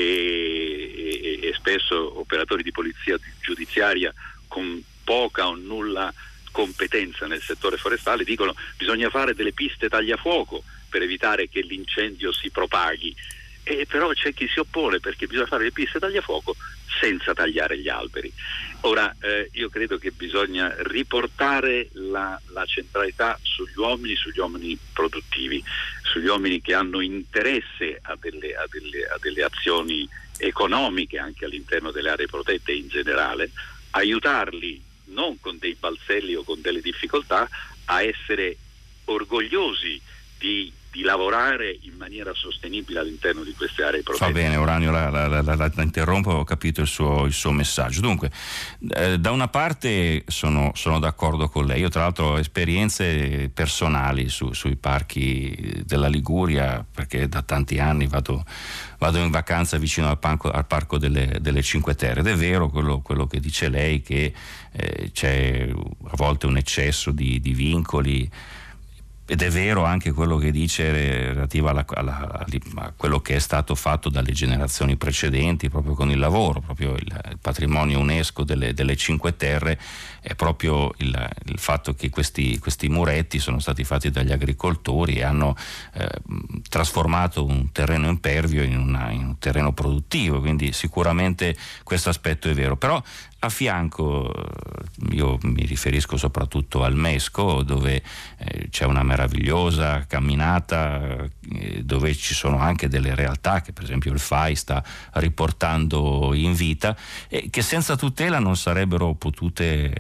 e spesso operatori di polizia giudiziaria con poca o nulla competenza nel settore forestale, dicono: bisogna fare delle piste tagliafuoco per evitare che l'incendio si propaghi. Però c'è chi si oppone, perché bisogna fare le piste tagliafuoco senza tagliare gli alberi. Ora io credo che bisogna riportare la centralità sugli uomini produttivi, sugli uomini che hanno interesse a delle azioni economiche anche all'interno delle aree protette in generale, aiutarli non con dei balzelli o con delle difficoltà a essere orgogliosi di lavorare in maniera sostenibile all'interno di queste aree protette. Va bene, Uranio, la interrompo, ho capito il suo messaggio. Dunque, da una parte sono d'accordo con lei. Io tra l'altro ho esperienze personali sui parchi della Liguria, perché da tanti anni vado in vacanza vicino al parco delle Cinque Terre, ed è vero quello che dice lei, che c'è a volte un eccesso di vincoli. Ed è vero anche quello che dice relativo a quello che è stato fatto dalle generazioni precedenti, proprio con il lavoro, proprio il patrimonio UNESCO delle Cinque Terre, è proprio il fatto che questi muretti sono stati fatti dagli agricoltori e hanno trasformato un terreno impervio in un terreno produttivo, quindi sicuramente questo aspetto è vero. Però a fianco, io mi riferisco soprattutto al Mesco, dove c'è una meravigliosa camminata, dove ci sono anche delle realtà che per esempio il FAI sta riportando in vita, e che senza tutela non si sarebbero potute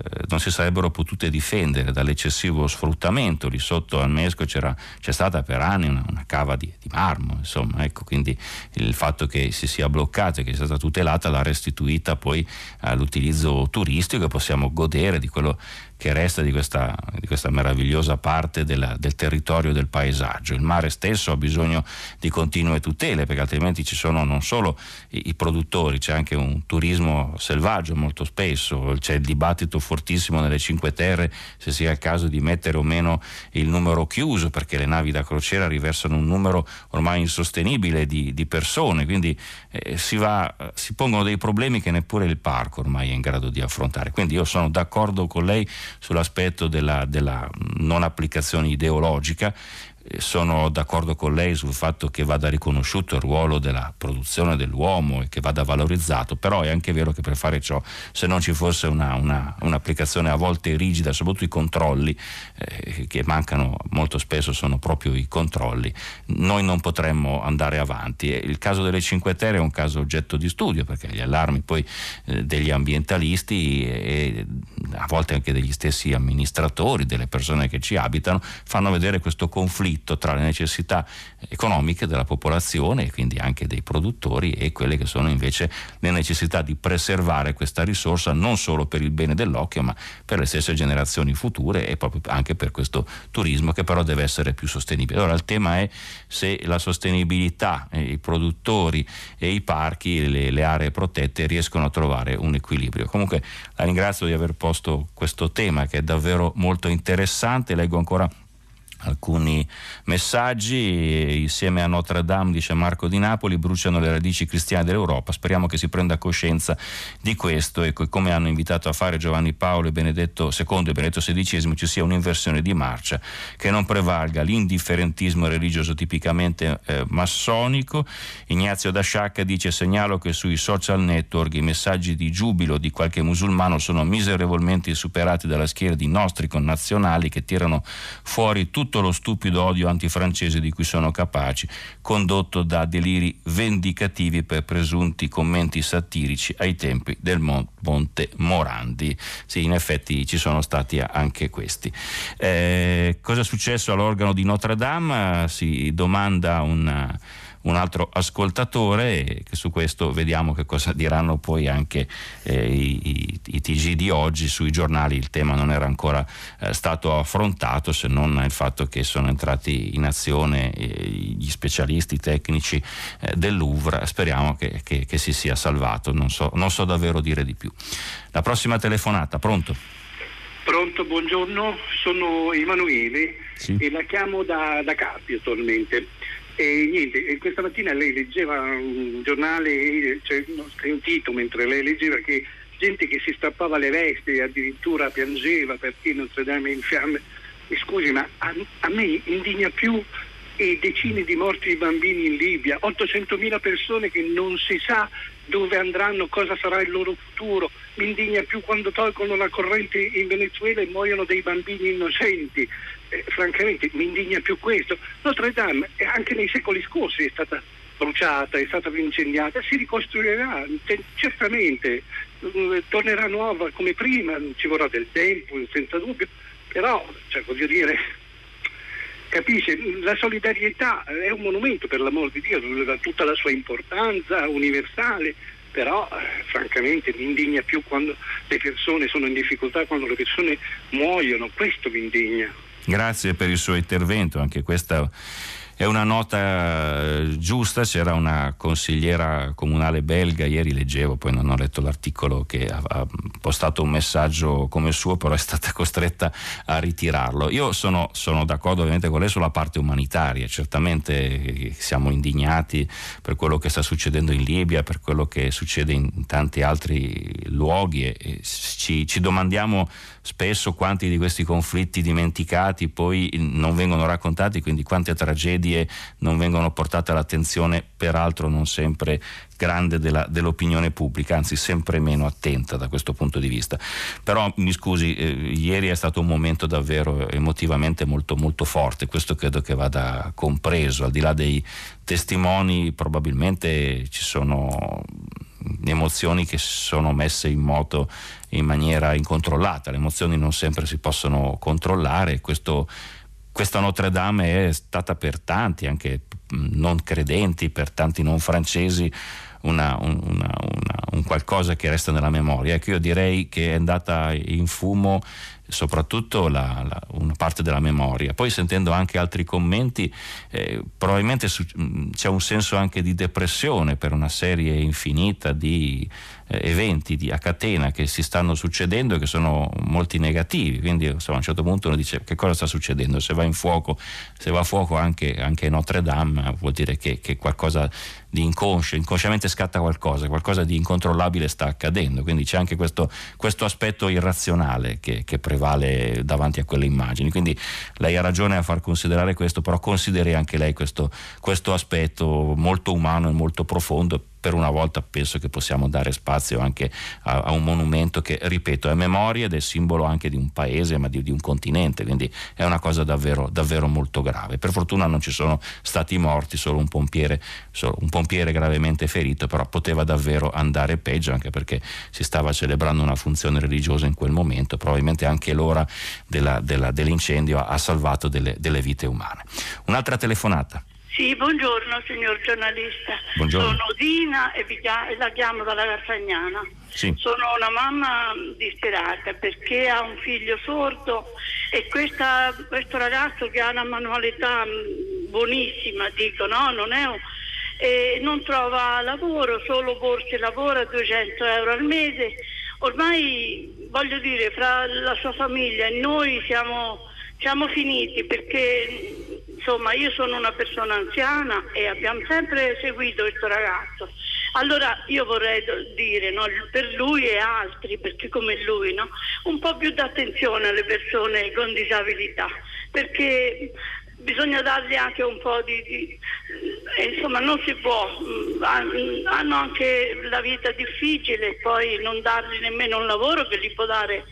difendere dall'eccessivo sfruttamento. Lì sotto al Mesco c'è stata per anni una cava di marmo, insomma, ecco, quindi il fatto che si sia bloccata e che sia stata tutelata l'ha restituita poi all'utilizzo turistico, e possiamo godere di quello che resta di questa meravigliosa parte del territorio, del paesaggio. Il mare stesso ha bisogno di continue tutele, perché altrimenti ci sono non solo i produttori, c'è anche un turismo selvaggio molto spesso, c'è il dibattito fortissimo nelle Cinque Terre se sia il caso di mettere o meno il numero chiuso, perché le navi da crociera riversano un numero ormai insostenibile di persone, quindi si pongono dei problemi che neppure il parco ormai è in grado di affrontare. Quindi io sono d'accordo con lei sull'aspetto della non applicazione ideologica. Sono d'accordo con lei sul fatto che vada riconosciuto il ruolo della produzione dell'uomo e che vada valorizzato, però è anche vero che per fare ciò, se non ci fosse un'applicazione a volte rigida, soprattutto i controlli che mancano molto spesso, sono proprio i controlli, noi non potremmo andare avanti. E il caso delle Cinque Terre è un caso oggetto di studio, perché gli allarmi poi degli ambientalisti e a volte anche degli stessi amministratori, delle persone che ci abitano, fanno vedere questo conflitto conflitto tra le necessità economiche della popolazione e quindi anche dei produttori e quelle che sono invece le necessità di preservare questa risorsa non solo per il bene dell'occhio ma per le stesse generazioni future e proprio anche per questo turismo che però deve essere più sostenibile. Allora il tema è se la sostenibilità, i produttori e i parchi, le aree protette riescono a trovare un equilibrio. Comunque la ringrazio di aver posto questo tema che è davvero molto interessante. Leggo ancora alcuni messaggi. Insieme a Notre Dame, dice Marco di Napoli, bruciano le radici cristiane dell'Europa. Speriamo che si prenda coscienza di questo e come hanno invitato a fare Giovanni Paolo II e Benedetto XVI, ci sia un'inversione di marcia, che non prevalga l'indifferentismo religioso tipicamente massonico. Ignazio da Sciacca dice: segnalo che sui social network i messaggi di giubilo di qualche musulmano sono miserevolmente superati dalla schiera di nostri connazionali che tirano fuori tutto lo stupido odio antifrancese di cui sono capaci, condotto da deliri vendicativi per presunti commenti satirici ai tempi del Monte Morandi. Sì, in effetti ci sono stati anche questi. Cosa è successo all'organo di Notre Dame? Si domanda un altro ascoltatore, che su questo vediamo che cosa diranno poi anche i TG di oggi. Sui giornali il tema non era ancora stato affrontato, se non il fatto che sono entrati in azione gli specialisti tecnici del Louvre. Speriamo che si sia salvato, non so davvero dire di più. La prossima telefonata, pronto? Pronto, buongiorno, sono Emanuele, sì, e la chiamo da Carpi attualmente. E niente, questa mattina lei leggeva un giornale, cioè, ho sentito mentre lei leggeva che gente che si strappava le vesti e addirittura piangeva perché Notre Dame è in fiamme. E scusi, ma a me indigna più e decine di morti di bambini in Libia, 800.000 persone che non si sa dove andranno, cosa sarà il loro futuro. Mi indigna più quando tolgono la corrente in Venezuela e muoiono dei bambini innocenti. Francamente mi indigna più questo. Notre Dame anche nei secoli scorsi è stata bruciata, è stata incendiata, si ricostruirà certamente, tornerà nuova come prima, ci vorrà del tempo senza dubbio, però voglio dire, capisce, la solidarietà è un monumento, per l'amor di Dio, ha tutta la sua importanza universale, però francamente mi indigna più quando le persone sono in difficoltà, quando le persone muoiono, questo mi indigna. Grazie per il suo intervento, anche questa è una nota giusta. C'era una consigliera comunale belga, ieri leggevo, poi non ho letto l'articolo, che ha postato un messaggio come il suo, però è stata costretta a ritirarlo. Io sono d'accordo ovviamente con lei sulla parte umanitaria, certamente siamo indignati per quello che sta succedendo in Libia, per quello che succede in tanti altri luoghi e ci domandiamo spesso quanti di questi conflitti dimenticati poi non vengono raccontati, quindi quante tragedie non vengono portate all'attenzione, peraltro non sempre grande, dell'opinione pubblica, anzi sempre meno attenta da questo punto di vista. Però mi scusi, ieri è stato un momento davvero emotivamente molto molto forte, questo credo che vada compreso. Al di là dei testimoni probabilmente ci sono emozioni che sono messe in moto in maniera incontrollata. Le emozioni non sempre si possono controllare. Questa Notre Dame è stata per tanti, anche non credenti, per tanti non francesi, un qualcosa che resta nella memoria. Ecco, io direi che è andata in fumo soprattutto una parte della memoria. Poi, sentendo anche altri commenti, probabilmente c'è un senso anche di depressione per una serie infinita di eventi a catena che si stanno succedendo e che sono molti negativi. Quindi insomma, a un certo punto uno dice: che cosa sta succedendo? Se va a fuoco anche Notre Dame, vuol dire che qualcosa di inconsciamente scatta qualcosa di incontrollabile sta accadendo. Quindi c'è anche questo aspetto irrazionale che prevale davanti a quelle immagini. Quindi lei ha ragione a far considerare questo, però consideri anche lei questo aspetto molto umano e molto profondo, per una volta penso che possiamo dare spazio anche a un monumento che, ripeto, è memoria ed è simbolo anche di un paese, ma di un continente, quindi è una cosa davvero, davvero molto grave. Per fortuna non ci sono stati morti, solo un pompiere gravemente ferito, però poteva davvero andare peggio, anche perché si stava celebrando una funzione religiosa in quel momento. Probabilmente anche l'ora dell'incendio ha salvato delle vite umane. Un'altra telefonata. Sì, buongiorno signor giornalista. Buongiorno. Sono Dina e la chiamo dalla Castagniana. Sì. Sono una mamma disperata perché ha un figlio sordo e questo ragazzo che ha una manualità buonissima, dico, no, non è e non trova lavoro, solo borse lavoro a 200 euro al mese. Ormai, voglio dire, fra la sua famiglia e noi siamo finiti, perché insomma io sono una persona anziana e abbiamo sempre seguito questo ragazzo. Allora io vorrei dire, no, per lui e altri, perché come lui, no, un po' più d'attenzione alle persone con disabilità, perché bisogna dargli anche un po' insomma, non si può, hanno anche la vita difficile, e poi non dargli nemmeno un lavoro che gli può dare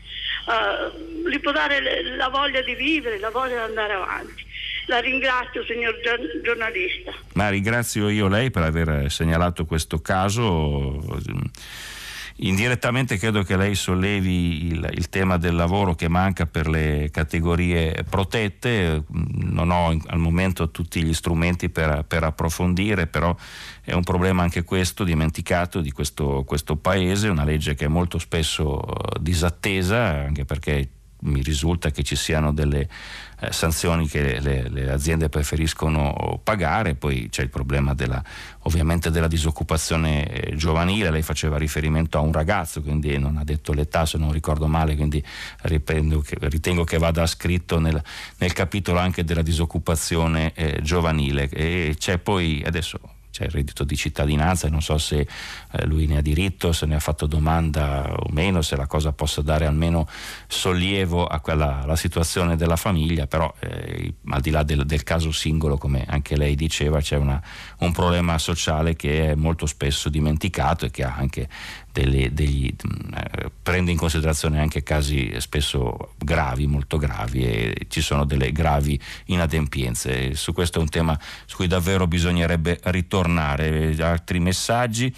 la voglia di vivere, la voglia di andare avanti. La ringrazio, signor giornalista. Ma ringrazio io lei per aver segnalato questo caso. Indirettamente credo che lei sollevi il tema del lavoro che manca per le categorie protette. Non ho al momento tutti gli strumenti per approfondire, però è un problema anche questo dimenticato di questo paese, una legge che è molto spesso disattesa, anche perché mi risulta che ci siano delle sanzioni che le aziende preferiscono pagare. Poi c'è il problema ovviamente della disoccupazione giovanile. Lei faceva riferimento a un ragazzo, quindi non ha detto l'età se non ricordo male, quindi ritengo che vada scritto nel capitolo anche della disoccupazione giovanile. E c'è poi adesso c'è il reddito di cittadinanza, e non so se lui ne ha diritto, se ne ha fatto domanda o meno, se la cosa possa dare almeno sollievo a alla situazione della famiglia, però al di là del caso singolo, come anche lei diceva, c'è un problema sociale che è molto spesso dimenticato e che ha anche prende in considerazione anche casi spesso gravi, molto gravi, e ci sono delle gravi inadempienze. Su questo è un tema su cui davvero bisognerebbe ritornare. Altri messaggi.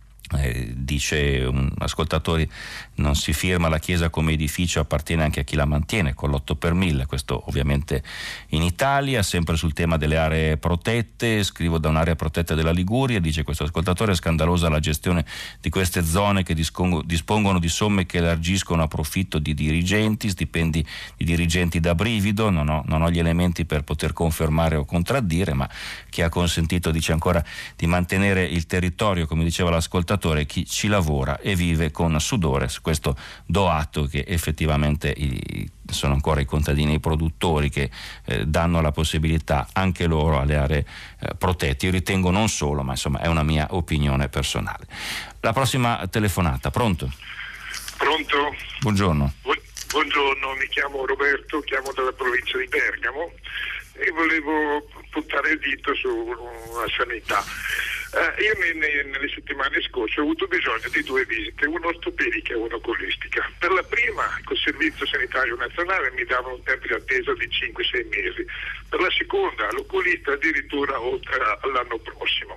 Dice un ascoltatore: non si firma la chiesa come edificio, appartiene anche a chi la mantiene, con l'8 per 1000. Questo ovviamente in Italia. Sempre sul tema delle aree protette, scrivo da un'area protetta della Liguria, dice questo ascoltatore: è scandalosa la gestione di queste zone che dispongono di somme che elargiscono a profitto di dirigenti, stipendi di dirigenti da brivido. Non ho gli elementi per poter confermare o contraddire, ma chi ha consentito, dice ancora, di mantenere il territorio, come diceva l'ascoltatore, chi ci lavora e vive con sudore. Su questo do atto che effettivamente sono ancora i contadini e i produttori che danno la possibilità anche loro alle aree protette. Io ritengo non solo, ma insomma è una mia opinione personale. La prossima telefonata. Pronto? Pronto? Buongiorno. Buongiorno, mi chiamo Roberto, chiamo dalla provincia di Bergamo e volevo puntare il dito sulla sanità. Io nelle settimane scorse ho avuto bisogno di 2 visite, una ortopedica e una oculistica. Per la prima, col Servizio Sanitario Nazionale mi dava un tempo di attesa di 5-6 mesi. Per la seconda, l'oculista addirittura oltre all'anno prossimo.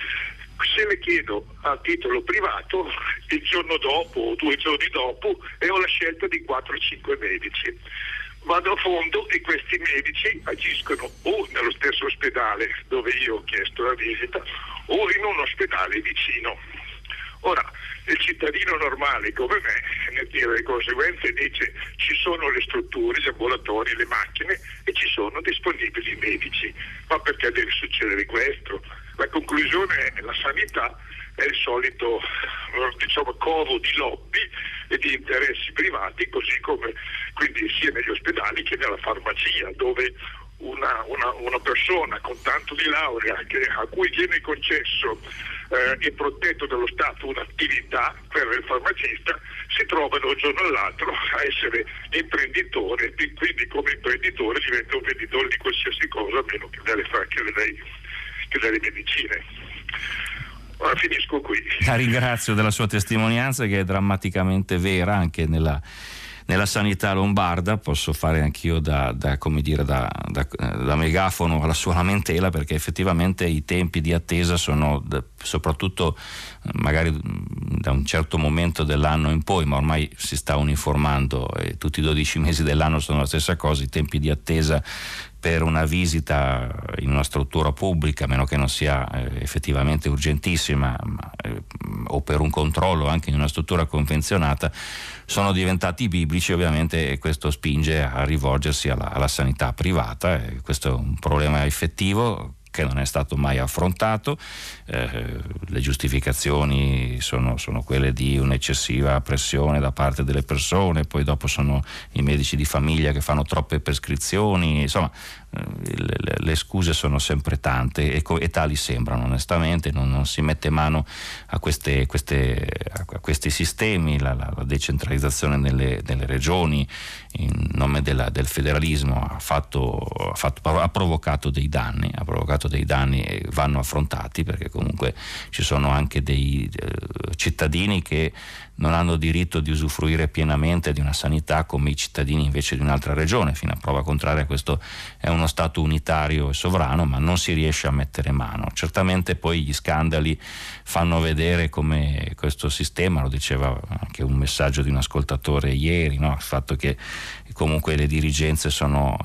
Se le chiedo a titolo privato, il giorno dopo o 2 giorni dopo, e ho la scelta di 4-5 medici. Vado a fondo e questi medici agiscono o nello stesso ospedale dove io ho chiesto la visita o in un ospedale vicino. Ora, il cittadino normale come me, nel dire le conseguenze, dice: ci sono le strutture, gli ambulatori, le macchine e ci sono disponibili i medici. Ma perché deve succedere questo? La conclusione è: la sanità è il solito covo di lobby e di interessi privati, così come quindi sia negli ospedali che nella farmacia, dove una persona con tanto di laurea a cui viene concesso e protetto dallo Stato un'attività, quella del farmacista, si trova da un giorno all'altro a essere imprenditore, e quindi come imprenditore diventa un venditore di qualsiasi cosa, a meno che delle medicine. Finisco qui. La ringrazio della sua testimonianza, che è drammaticamente vera anche nella sanità lombarda. Posso fare anch'io da megafono alla sua lamentela, perché effettivamente i tempi di attesa sono, soprattutto magari da un certo momento dell'anno in poi, ma ormai si sta uniformando e tutti i 12 mesi dell'anno sono la stessa cosa, i tempi di attesa per una visita in una struttura pubblica, a meno che non sia effettivamente urgentissima, o per un controllo anche in una struttura convenzionata, sono diventati biblici, ovviamente, e questo spinge a rivolgersi alla sanità privata. Questo è un problema effettivo che non è stato mai affrontato. Le giustificazioni sono quelle di un'eccessiva pressione da parte delle persone, poi dopo sono i medici di famiglia che fanno troppe prescrizioni, insomma le scuse sono sempre tante e tali sembrano, onestamente. Non si mette mano a questi sistemi. La decentralizzazione nelle regioni in nome del federalismo ha provocato dei danni, e vanno affrontati, perché comunque ci sono anche dei cittadini che non hanno diritto di usufruire pienamente di una sanità come i cittadini invece di un'altra regione. Fino a prova contraria, questo è uno Stato unitario e sovrano, ma non si riesce a mettere mano. Certamente poi gli scandali fanno vedere come questo sistema, lo diceva anche un messaggio di un ascoltatore ieri, no? Il fatto che comunque le dirigenze sono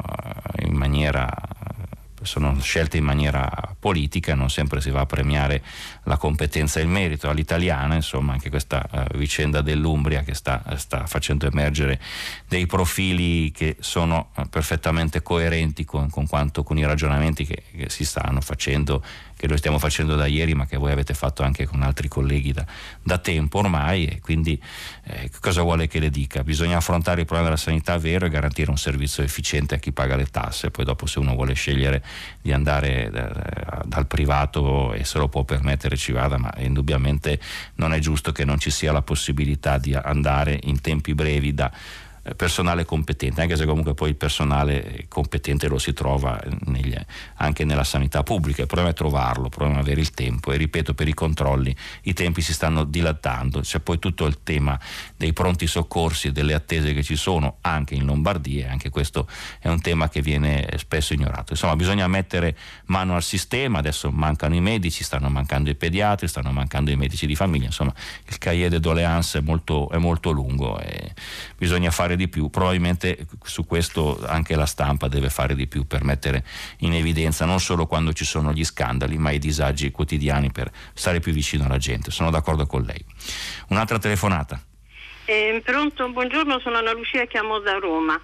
scelte in maniera politica, non sempre si va a premiare la competenza e il merito all'italiana. Insomma, anche questa vicenda dell'Umbria che sta facendo emergere dei profili che sono perfettamente coerenti con i ragionamenti che si stanno facendo, che noi stiamo facendo da ieri, ma che voi avete fatto anche con altri colleghi da tempo ormai. E quindi cosa vuole che le dica? Bisogna affrontare il problema della sanità vero e garantire un servizio efficiente a chi paga le tasse. Poi dopo, se uno vuole scegliere di andare dal privato e se lo può permettere, ci vada, ma indubbiamente non è giusto che non ci sia la possibilità di andare in tempi brevi da personale competente, anche se comunque poi il personale competente lo si trova anche nella sanità pubblica. Il problema è trovarlo, il problema è avere il tempo, e ripeto, per i controlli i tempi si stanno dilatando. C'è poi tutto il tema dei pronti soccorsi e delle attese che ci sono anche in Lombardia, e anche questo è un tema che viene spesso ignorato. Insomma, bisogna mettere mano al sistema. Adesso mancano i medici, stanno mancando i pediatri, stanno mancando i medici di famiglia. Insomma, il cahier de doléances è molto lungo e bisogna fare di più. Probabilmente su questo anche la stampa deve fare di più per mettere in evidenza non solo quando ci sono gli scandali, ma i disagi quotidiani, per stare più vicino alla gente. Sono d'accordo con lei. Un'altra telefonata. Pronto, buongiorno, sono Anna Lucia, chiamo da Roma.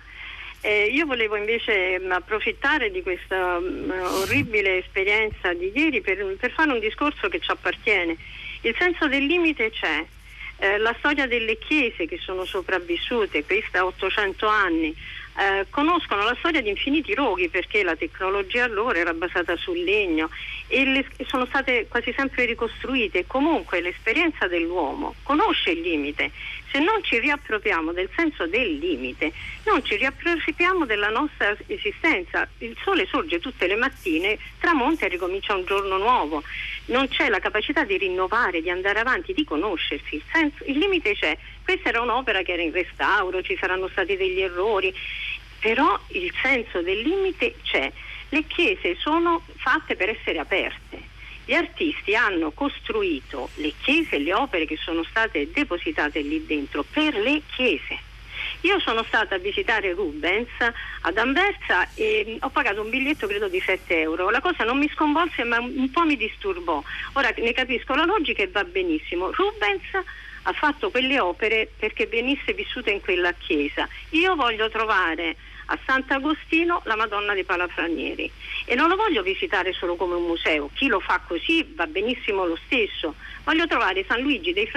Io volevo invece approfittare di questa orribile esperienza di ieri per fare un discorso che ci appartiene. Il senso del limite c'è. La storia delle chiese che sono sopravvissute, questa 800 anni, conoscono la storia di infiniti roghi, perché la tecnologia allora era basata sul legno e sono state quasi sempre ricostruite. Comunque l'esperienza dell'uomo conosce il limite. Se non ci riappropriamo del senso del limite, non ci riappropriamo della nostra esistenza. Il sole sorge tutte le mattine, tramonta e ricomincia un giorno nuovo. Non c'è la capacità di rinnovare, di andare avanti, di conoscersi. Il limite c'è. Questa era un'opera che era in restauro, ci saranno stati degli errori, però il senso del limite c'è. Le chiese sono fatte per essere aperte. Gli artisti hanno costruito le chiese e le opere che sono state depositate lì dentro per le chiese. Io sono stata a visitare Rubens ad Anversa e ho pagato un biglietto credo di 7 euro. La cosa non mi sconvolse, ma un po' mi disturbò. Ora ne capisco la logica e va benissimo. Rubens ha fatto quelle opere perché venisse vissuta in quella chiesa. Io voglio trovare a Sant'Agostino la Madonna dei Palafranieri e non lo voglio visitare solo come un museo. Chi lo fa così va benissimo lo stesso. Voglio trovare a San Luigi dei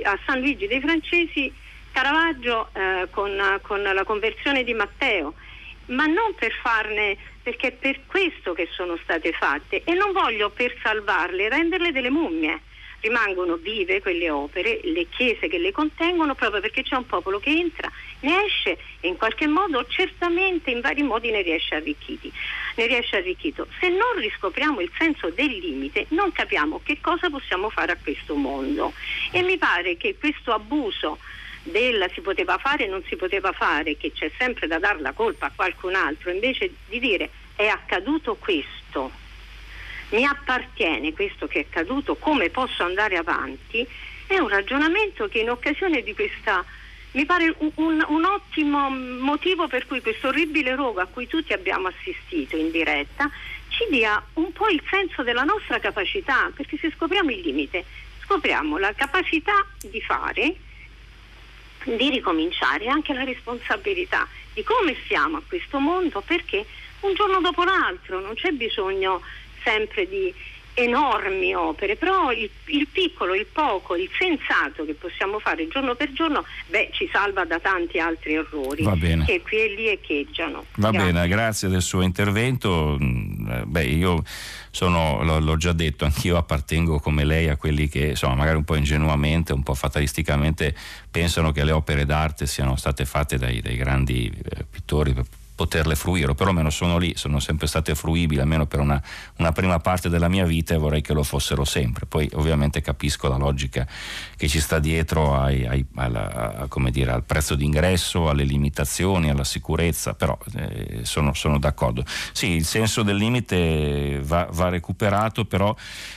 Francesi Caravaggio con la conversione di Matteo, ma non per farne, perché è per questo che sono state fatte, e non voglio per salvarle renderle delle mummie. rimangono vive quelle opere, le chiese che le contengono, proprio perché c'è un popolo che entra, ne esce e in qualche modo, certamente in vari modi ne riesce arricchito. Se non riscopriamo il senso del limite, non capiamo che cosa possiamo fare a questo mondo, e mi pare che questo abuso del si poteva fare, non si poteva fare, che c'è sempre da dar la colpa a qualcun altro, invece di dire è accaduto questo, mi appartiene questo che è accaduto, come posso andare avanti, è un ragionamento che in occasione di questa, mi pare un ottimo motivo per cui questo orribile rogo a cui tutti abbiamo assistito in diretta ci dia un po' il senso della nostra capacità, perché se scopriamo il limite, scopriamo la capacità di fare, di ricominciare, anche la responsabilità di come siamo a questo mondo, perché un giorno dopo l'altro non c'è bisogno sempre di enormi opere, però il piccolo, il poco, il sensato che possiamo fare giorno per giorno, ci salva da tanti altri errori che qui e lì echeggiano. Bene, grazie del suo intervento. Io l'ho già detto, anch'io appartengo come lei a quelli che insomma magari un po' ingenuamente, un po' fatalisticamente pensano che le opere d'arte siano state fatte dai grandi pittori per poterle fruire, o perlomeno sono sempre state fruibili, almeno per una prima parte della mia vita, e vorrei che lo fossero sempre. Poi ovviamente capisco la logica che ci sta dietro al prezzo d'ingresso, alle limitazioni, alla sicurezza, però sono d'accordo. Sì, il senso del limite va recuperato, però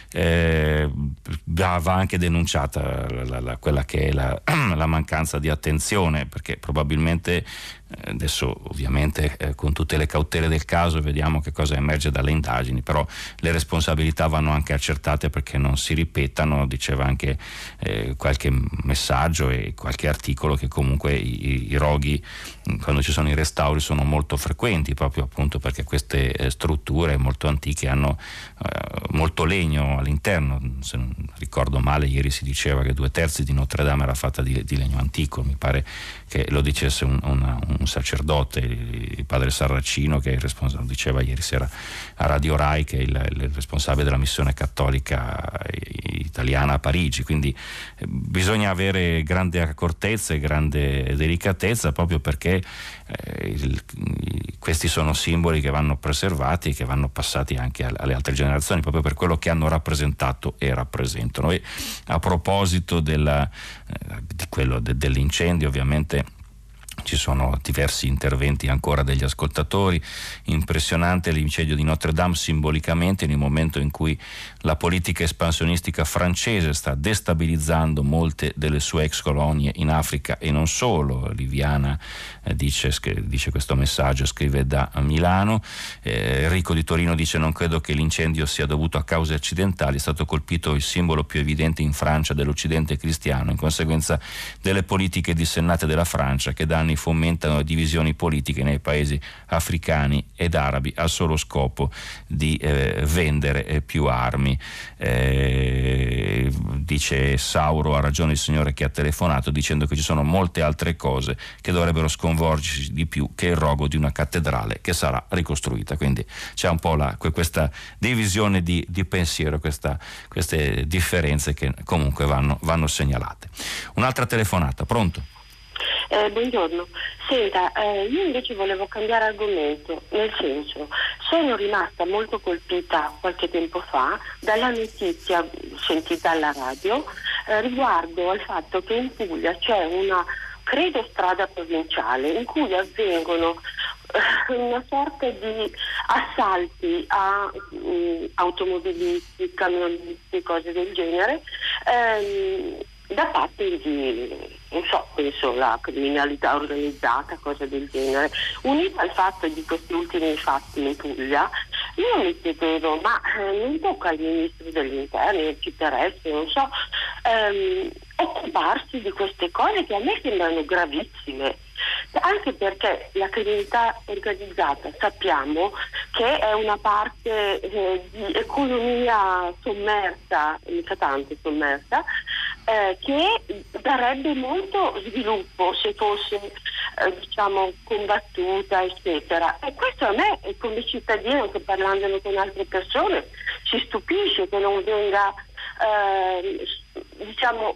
va anche denunciata quella che è la mancanza di attenzione, perché probabilmente adesso ovviamente con tutte le cautele del caso vediamo che cosa emerge dalle indagini, però le responsabilità vanno anche accertate perché non si ripetano. Diceva anche qualche messaggio e qualche articolo che comunque i roghi quando ci sono i restauri sono molto frequenti, proprio appunto perché queste strutture molto antiche hanno molto legno all'interno. Se non ricordo male, ieri si diceva che 2/3 di Notre Dame era fatta di legno antico, mi pare che lo dicesse un sacerdote, il padre Sarracino, che è il responsabile, diceva ieri sera a Radio Rai, che è il responsabile della missione cattolica italiana a Parigi. Quindi bisogna avere grande accortezza e grande delicatezza, proprio perché questi sono simboli che vanno preservati e che vanno passati anche alle altre generazioni, proprio per quello che hanno rappresentato e rappresentano. E a proposito dell'incendio, ovviamente ci sono diversi interventi ancora degli ascoltatori. Impressionante l'incendio di Notre Dame simbolicamente, in un momento in cui la politica espansionistica francese sta destabilizzando molte delle sue ex colonie in Africa e non solo. Liviana dice questo messaggio, scrive da Milano. Enrico di Torino dice: non credo che l'incendio sia dovuto a cause accidentali, è stato colpito il simbolo più evidente in Francia dell'Occidente cristiano, in conseguenza delle politiche dissennate della Francia, che da anni fomentano divisioni politiche nei paesi africani ed arabi al solo scopo di vendere più armi. Dice Sauro: ha ragione il signore che ha telefonato dicendo che ci sono molte altre cose che dovrebbero sconvolgerci di più che il rogo di una cattedrale che sarà ricostruita. Quindi c'è un po' questa divisione di pensiero, queste differenze che comunque vanno segnalate. Un'altra telefonata, pronto? Buongiorno, senta, io invece volevo cambiare argomento, nel senso, sono rimasta molto colpita qualche tempo fa dalla notizia sentita alla radio riguardo al fatto che in Puglia c'è una, credo, strada provinciale in cui avvengono una sorta di assalti a automobilisti, camionisti, cose del genere, da parte di, non so, penso la criminalità organizzata, cose del genere. Unita al fatto di questi ultimi fatti in Puglia, io mi chiedevo, ma non tocca al ministro degli interni, ci interessa, non so, occuparsi di queste cose che a me sembrano gravissime, anche perché la criminalità organizzata sappiamo che è una parte di economia sommersa, mica tanto sommersa, che darebbe molto sviluppo se fosse combattuta, eccetera. E questo a me, come cittadino, che parlandone con altre persone, ci stupisce che non venga diciamo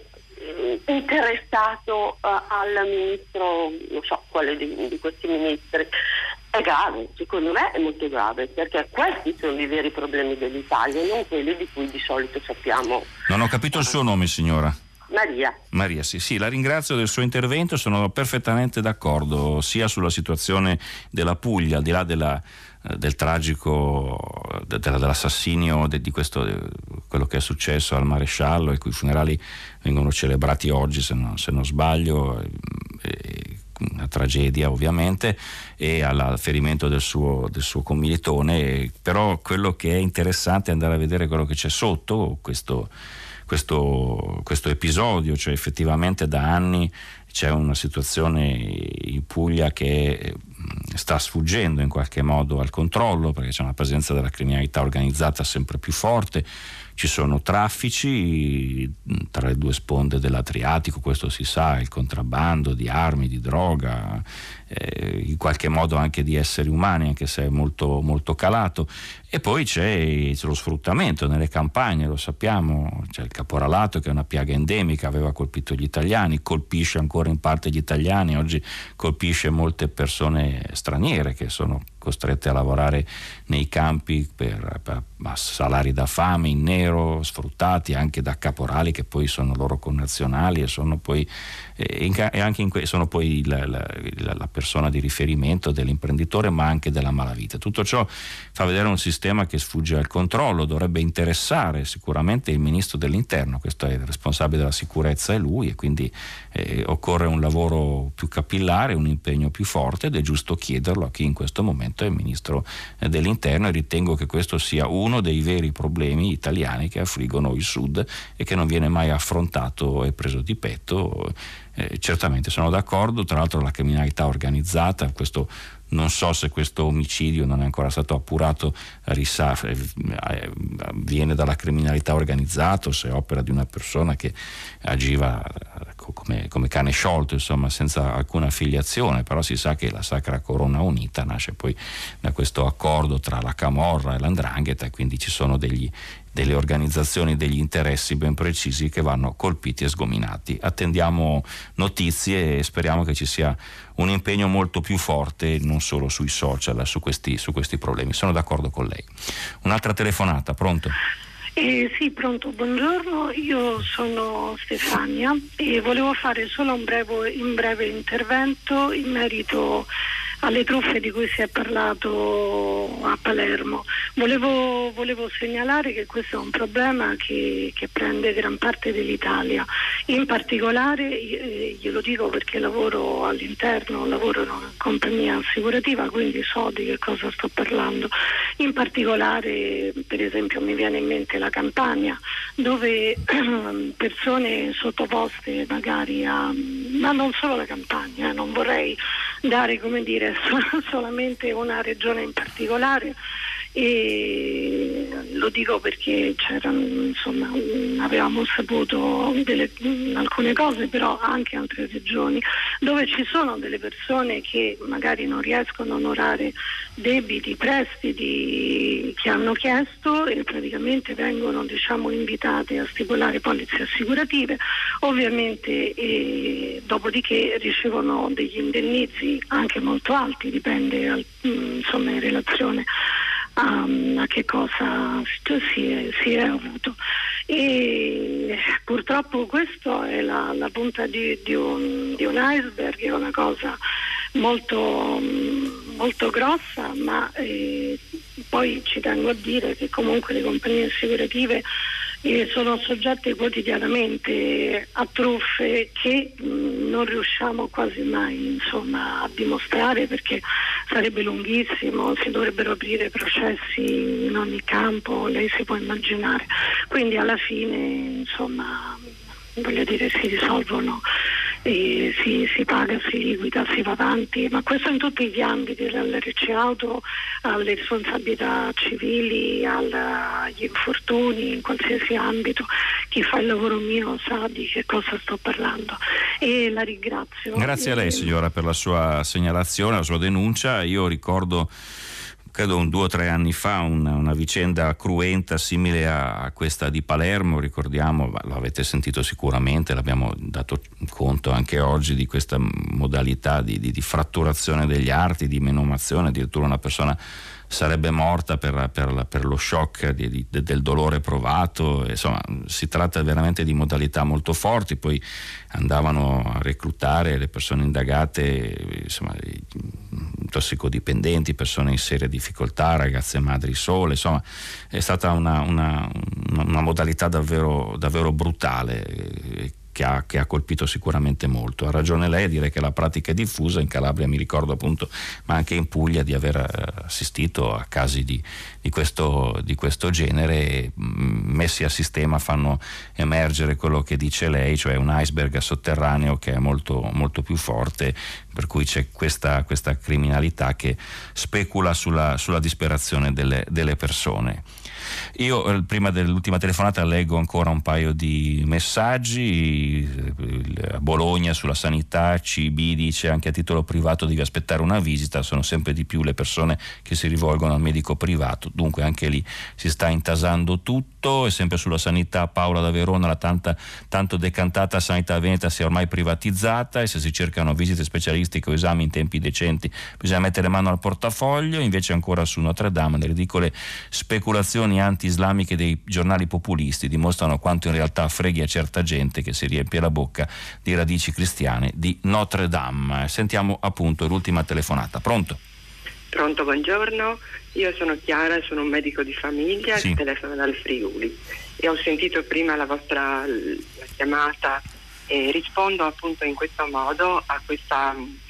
interessato al ministro, non so quale di questi ministri. È grave, secondo me è molto grave, perché questi sono i veri problemi dell'Italia, non quelli di cui di solito sappiamo. Non ho capito il suo nome, signora. Maria, sì, la ringrazio del suo intervento, sono perfettamente d'accordo sia sulla situazione della Puglia, al di là del tragico, dell'assassinio di questo, quello che è successo al maresciallo, i cui funerali vengono celebrati oggi, se non sbaglio, una tragedia ovviamente, e al ferimento del suo commilitone. Però quello che è interessante è andare a vedere quello che c'è sotto questo episodio, cioè effettivamente da anni c'è una situazione in Puglia che sta sfuggendo in qualche modo al controllo, perché c'è una presenza della criminalità organizzata sempre più forte, ci sono traffici tra le due sponde dell'Adriatico, questo si sa, il contrabbando di armi, di droga, in qualche modo anche di esseri umani, anche se è molto, molto calato. E poi c'è lo sfruttamento nelle campagne, lo sappiamo, c'è il caporalato che è una piaga endemica, aveva colpito gli italiani, colpisce ancora in parte gli italiani, oggi colpisce molte persone straniere che sono costrette a lavorare nei campi a salari da fame, in nero, sfruttati anche da caporali che poi sono loro connazionali e sono poi sono poi la persona di riferimento dell'imprenditore, ma anche della malavita. Tutto ciò fa vedere un sistema che sfugge al controllo, dovrebbe interessare sicuramente il ministro dell'interno, questo è il responsabile della sicurezza, è lui, e quindi occorre un lavoro più capillare, un impegno più forte, ed è giusto chiederlo a chi in questo momento è il ministro dell'interno, e ritengo che questo sia uno dei veri problemi italiani che affliggono il Sud e che non viene mai affrontato e preso di petto. Certamente sono d'accordo, tra l'altro la criminalità organizzata, questo non so se questo omicidio non è ancora stato appurato, viene dalla criminalità organizzata o se è opera di una persona che agiva come cane sciolto, insomma, senza alcuna affiliazione, però si sa che la Sacra Corona Unita nasce poi da questo accordo tra la Camorra e l''Ndrangheta, e quindi ci sono delle organizzazioni, degli interessi ben precisi che vanno colpiti e sgominati. Attendiamo notizie e speriamo che ci sia un impegno molto più forte, non solo sui social, su questi problemi. Sono d'accordo con lei. Un'altra telefonata, pronto? Sì, pronto, buongiorno, io sono Stefania e volevo fare solo un breve intervento in merito alle truffe di cui si è parlato a Palermo. Volevo segnalare che questo è un problema che prende gran parte dell'Italia. In particolare, glielo dico perché lavoro all'interno, lavoro in una compagnia assicurativa, quindi so di che cosa sto parlando. In particolare, per esempio, mi viene in mente la Campania, dove persone sottoposte magari ma non solo la Campania, non vorrei dare, come dire, solamente una regione in particolare, e lo dico perché avevamo saputo alcune cose, però anche altre regioni dove ci sono delle persone che magari non riescono a onorare debiti, prestiti che hanno chiesto, e praticamente vengono invitate a stipulare polizze assicurative, ovviamente, dopodiché ricevono degli indennizzi anche molto alti, dipende in relazione a che cosa si è avuto, e purtroppo questo è la punta di un iceberg, è una cosa molto, molto grossa, ma poi ci tengo a dire che comunque le compagnie assicurative sono soggette quotidianamente a truffe che non riusciamo quasi mai a dimostrare, perché sarebbe lunghissimo, si dovrebbero aprire processi in ogni campo, lei si può immaginare, quindi alla fine si risolvono, si paga, si liquida, si va avanti, ma questo in tutti gli ambiti, dall'RC auto alle responsabilità civili, agli infortuni, in qualsiasi ambito. Chi fa il lavoro mio sa di che cosa sto parlando, e la ringrazio. Grazie a lei, signora, per la sua segnalazione, la sua denuncia. Io ricordo credo 2 o 3 anni fa, una vicenda cruenta simile a questa di Palermo. Ricordiamo, lo avete sentito sicuramente, l'abbiamo dato conto anche oggi, di questa modalità di fratturazione degli arti, di menomazione. Addirittura una persona sarebbe morta per lo shock del dolore provato. Insomma, si tratta veramente di modalità molto forti. Poi andavano a reclutare le persone indagate, insomma, tossicodipendenti, persone in seria difficoltà, ragazze madri sole. Insomma, è stata una modalità davvero brutale, che ha colpito sicuramente molto. Ha ragione lei a dire che la pratica è diffusa. In Calabria mi ricordo appunto, ma anche in Puglia, di aver assistito a casi di questo genere, messi a sistema fanno emergere quello che dice lei, cioè un iceberg sotterraneo che è molto, molto più forte, per cui c'è questa criminalità che specula sulla disperazione delle persone. Io prima dell'ultima telefonata leggo ancora un paio di messaggi. A Bologna sulla sanità CB dice: anche a titolo privato devi aspettare una visita, sono sempre di più le persone che si rivolgono al medico privato, dunque anche lì si sta intasando tutto. E sempre sulla sanità, Paola da Verona: la tanto decantata sanità veneta si è ormai privatizzata e se si cercano visite specialistiche o esami in tempi decenti bisogna mettere mano al portafoglio. Invece ancora su Notre Dame, le ridicole speculazioni anti-islamiche dei giornali populisti dimostrano quanto in realtà freghi a certa gente che si riempie la bocca di radici cristiane di Notre Dame. Sentiamo appunto l'ultima telefonata. Pronto? Pronto, buongiorno. Io sono Chiara, sono un medico di famiglia, sì, che telefona dal Friuli e ho sentito prima la vostra chiamata e rispondo appunto in questo modo a questa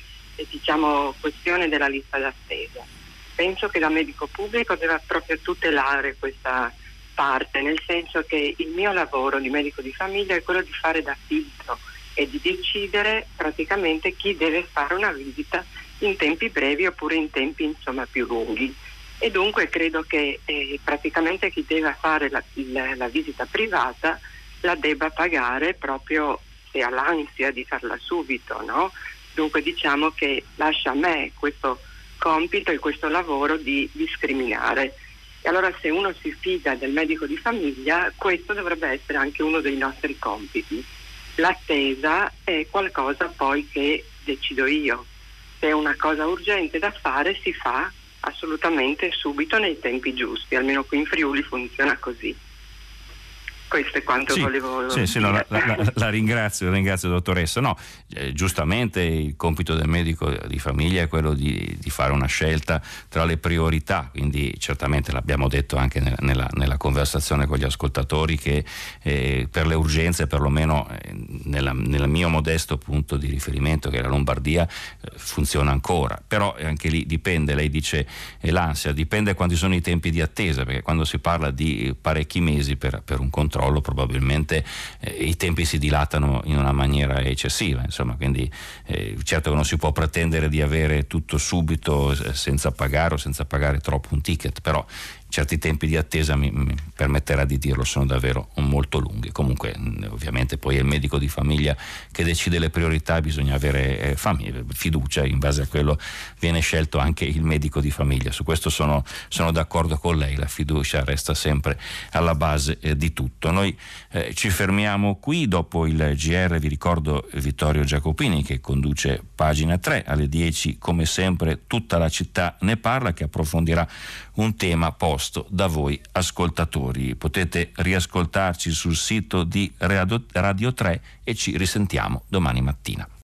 questione della lista d'attesa. Penso che da medico pubblico deve proprio tutelare questa parte, nel senso che il mio lavoro di medico di famiglia è quello di fare da filtro e di decidere praticamente chi deve fare una visita in tempi brevi oppure in tempi più lunghi. E dunque credo che praticamente chi deve fare la visita privata la debba pagare proprio se ha l'ansia di farla subito, no? Dunque diciamo che lascia a me questo compito e questo lavoro di discriminare. E allora se uno si fida del medico di famiglia, questo dovrebbe essere anche uno dei nostri compiti. L'attesa è qualcosa poi che decido io. Se è una cosa urgente da fare, si fa assolutamente subito nei tempi giusti, almeno qui in Friuli funziona così. Questo è quanto volevo dire. No, la ringrazio dottoressa. No, giustamente il compito del medico di famiglia è quello di fare una scelta tra le priorità, quindi certamente l'abbiamo detto anche nella conversazione con gli ascoltatori che per le urgenze, perlomeno nel mio modesto punto di riferimento, che è la Lombardia, funziona ancora, però anche lì dipende. Lei dice l'ansia, dipende quanti sono i tempi di attesa, perché quando si parla di parecchi mesi per un controllo probabilmente i tempi si dilatano in una maniera eccessiva, insomma, quindi certo che non si può pretendere di avere tutto subito senza pagare o senza pagare troppo un ticket, però certi tempi di attesa, mi permetterà di dirlo, sono davvero molto lunghi. Comunque ovviamente poi è il medico di famiglia che decide le priorità, bisogna avere fiducia, in base a quello viene scelto anche il medico di famiglia. Su questo sono d'accordo con lei, la fiducia resta sempre alla base di tutto. Noi ci fermiamo qui. Dopo il GR vi ricordo Vittorio Giacopini che conduce Pagina 3 alle 10, come sempre Tutta la città ne parla, che approfondirà un tema posto da voi ascoltatori. Potete riascoltarci sul sito di Radio 3 e ci risentiamo domani mattina.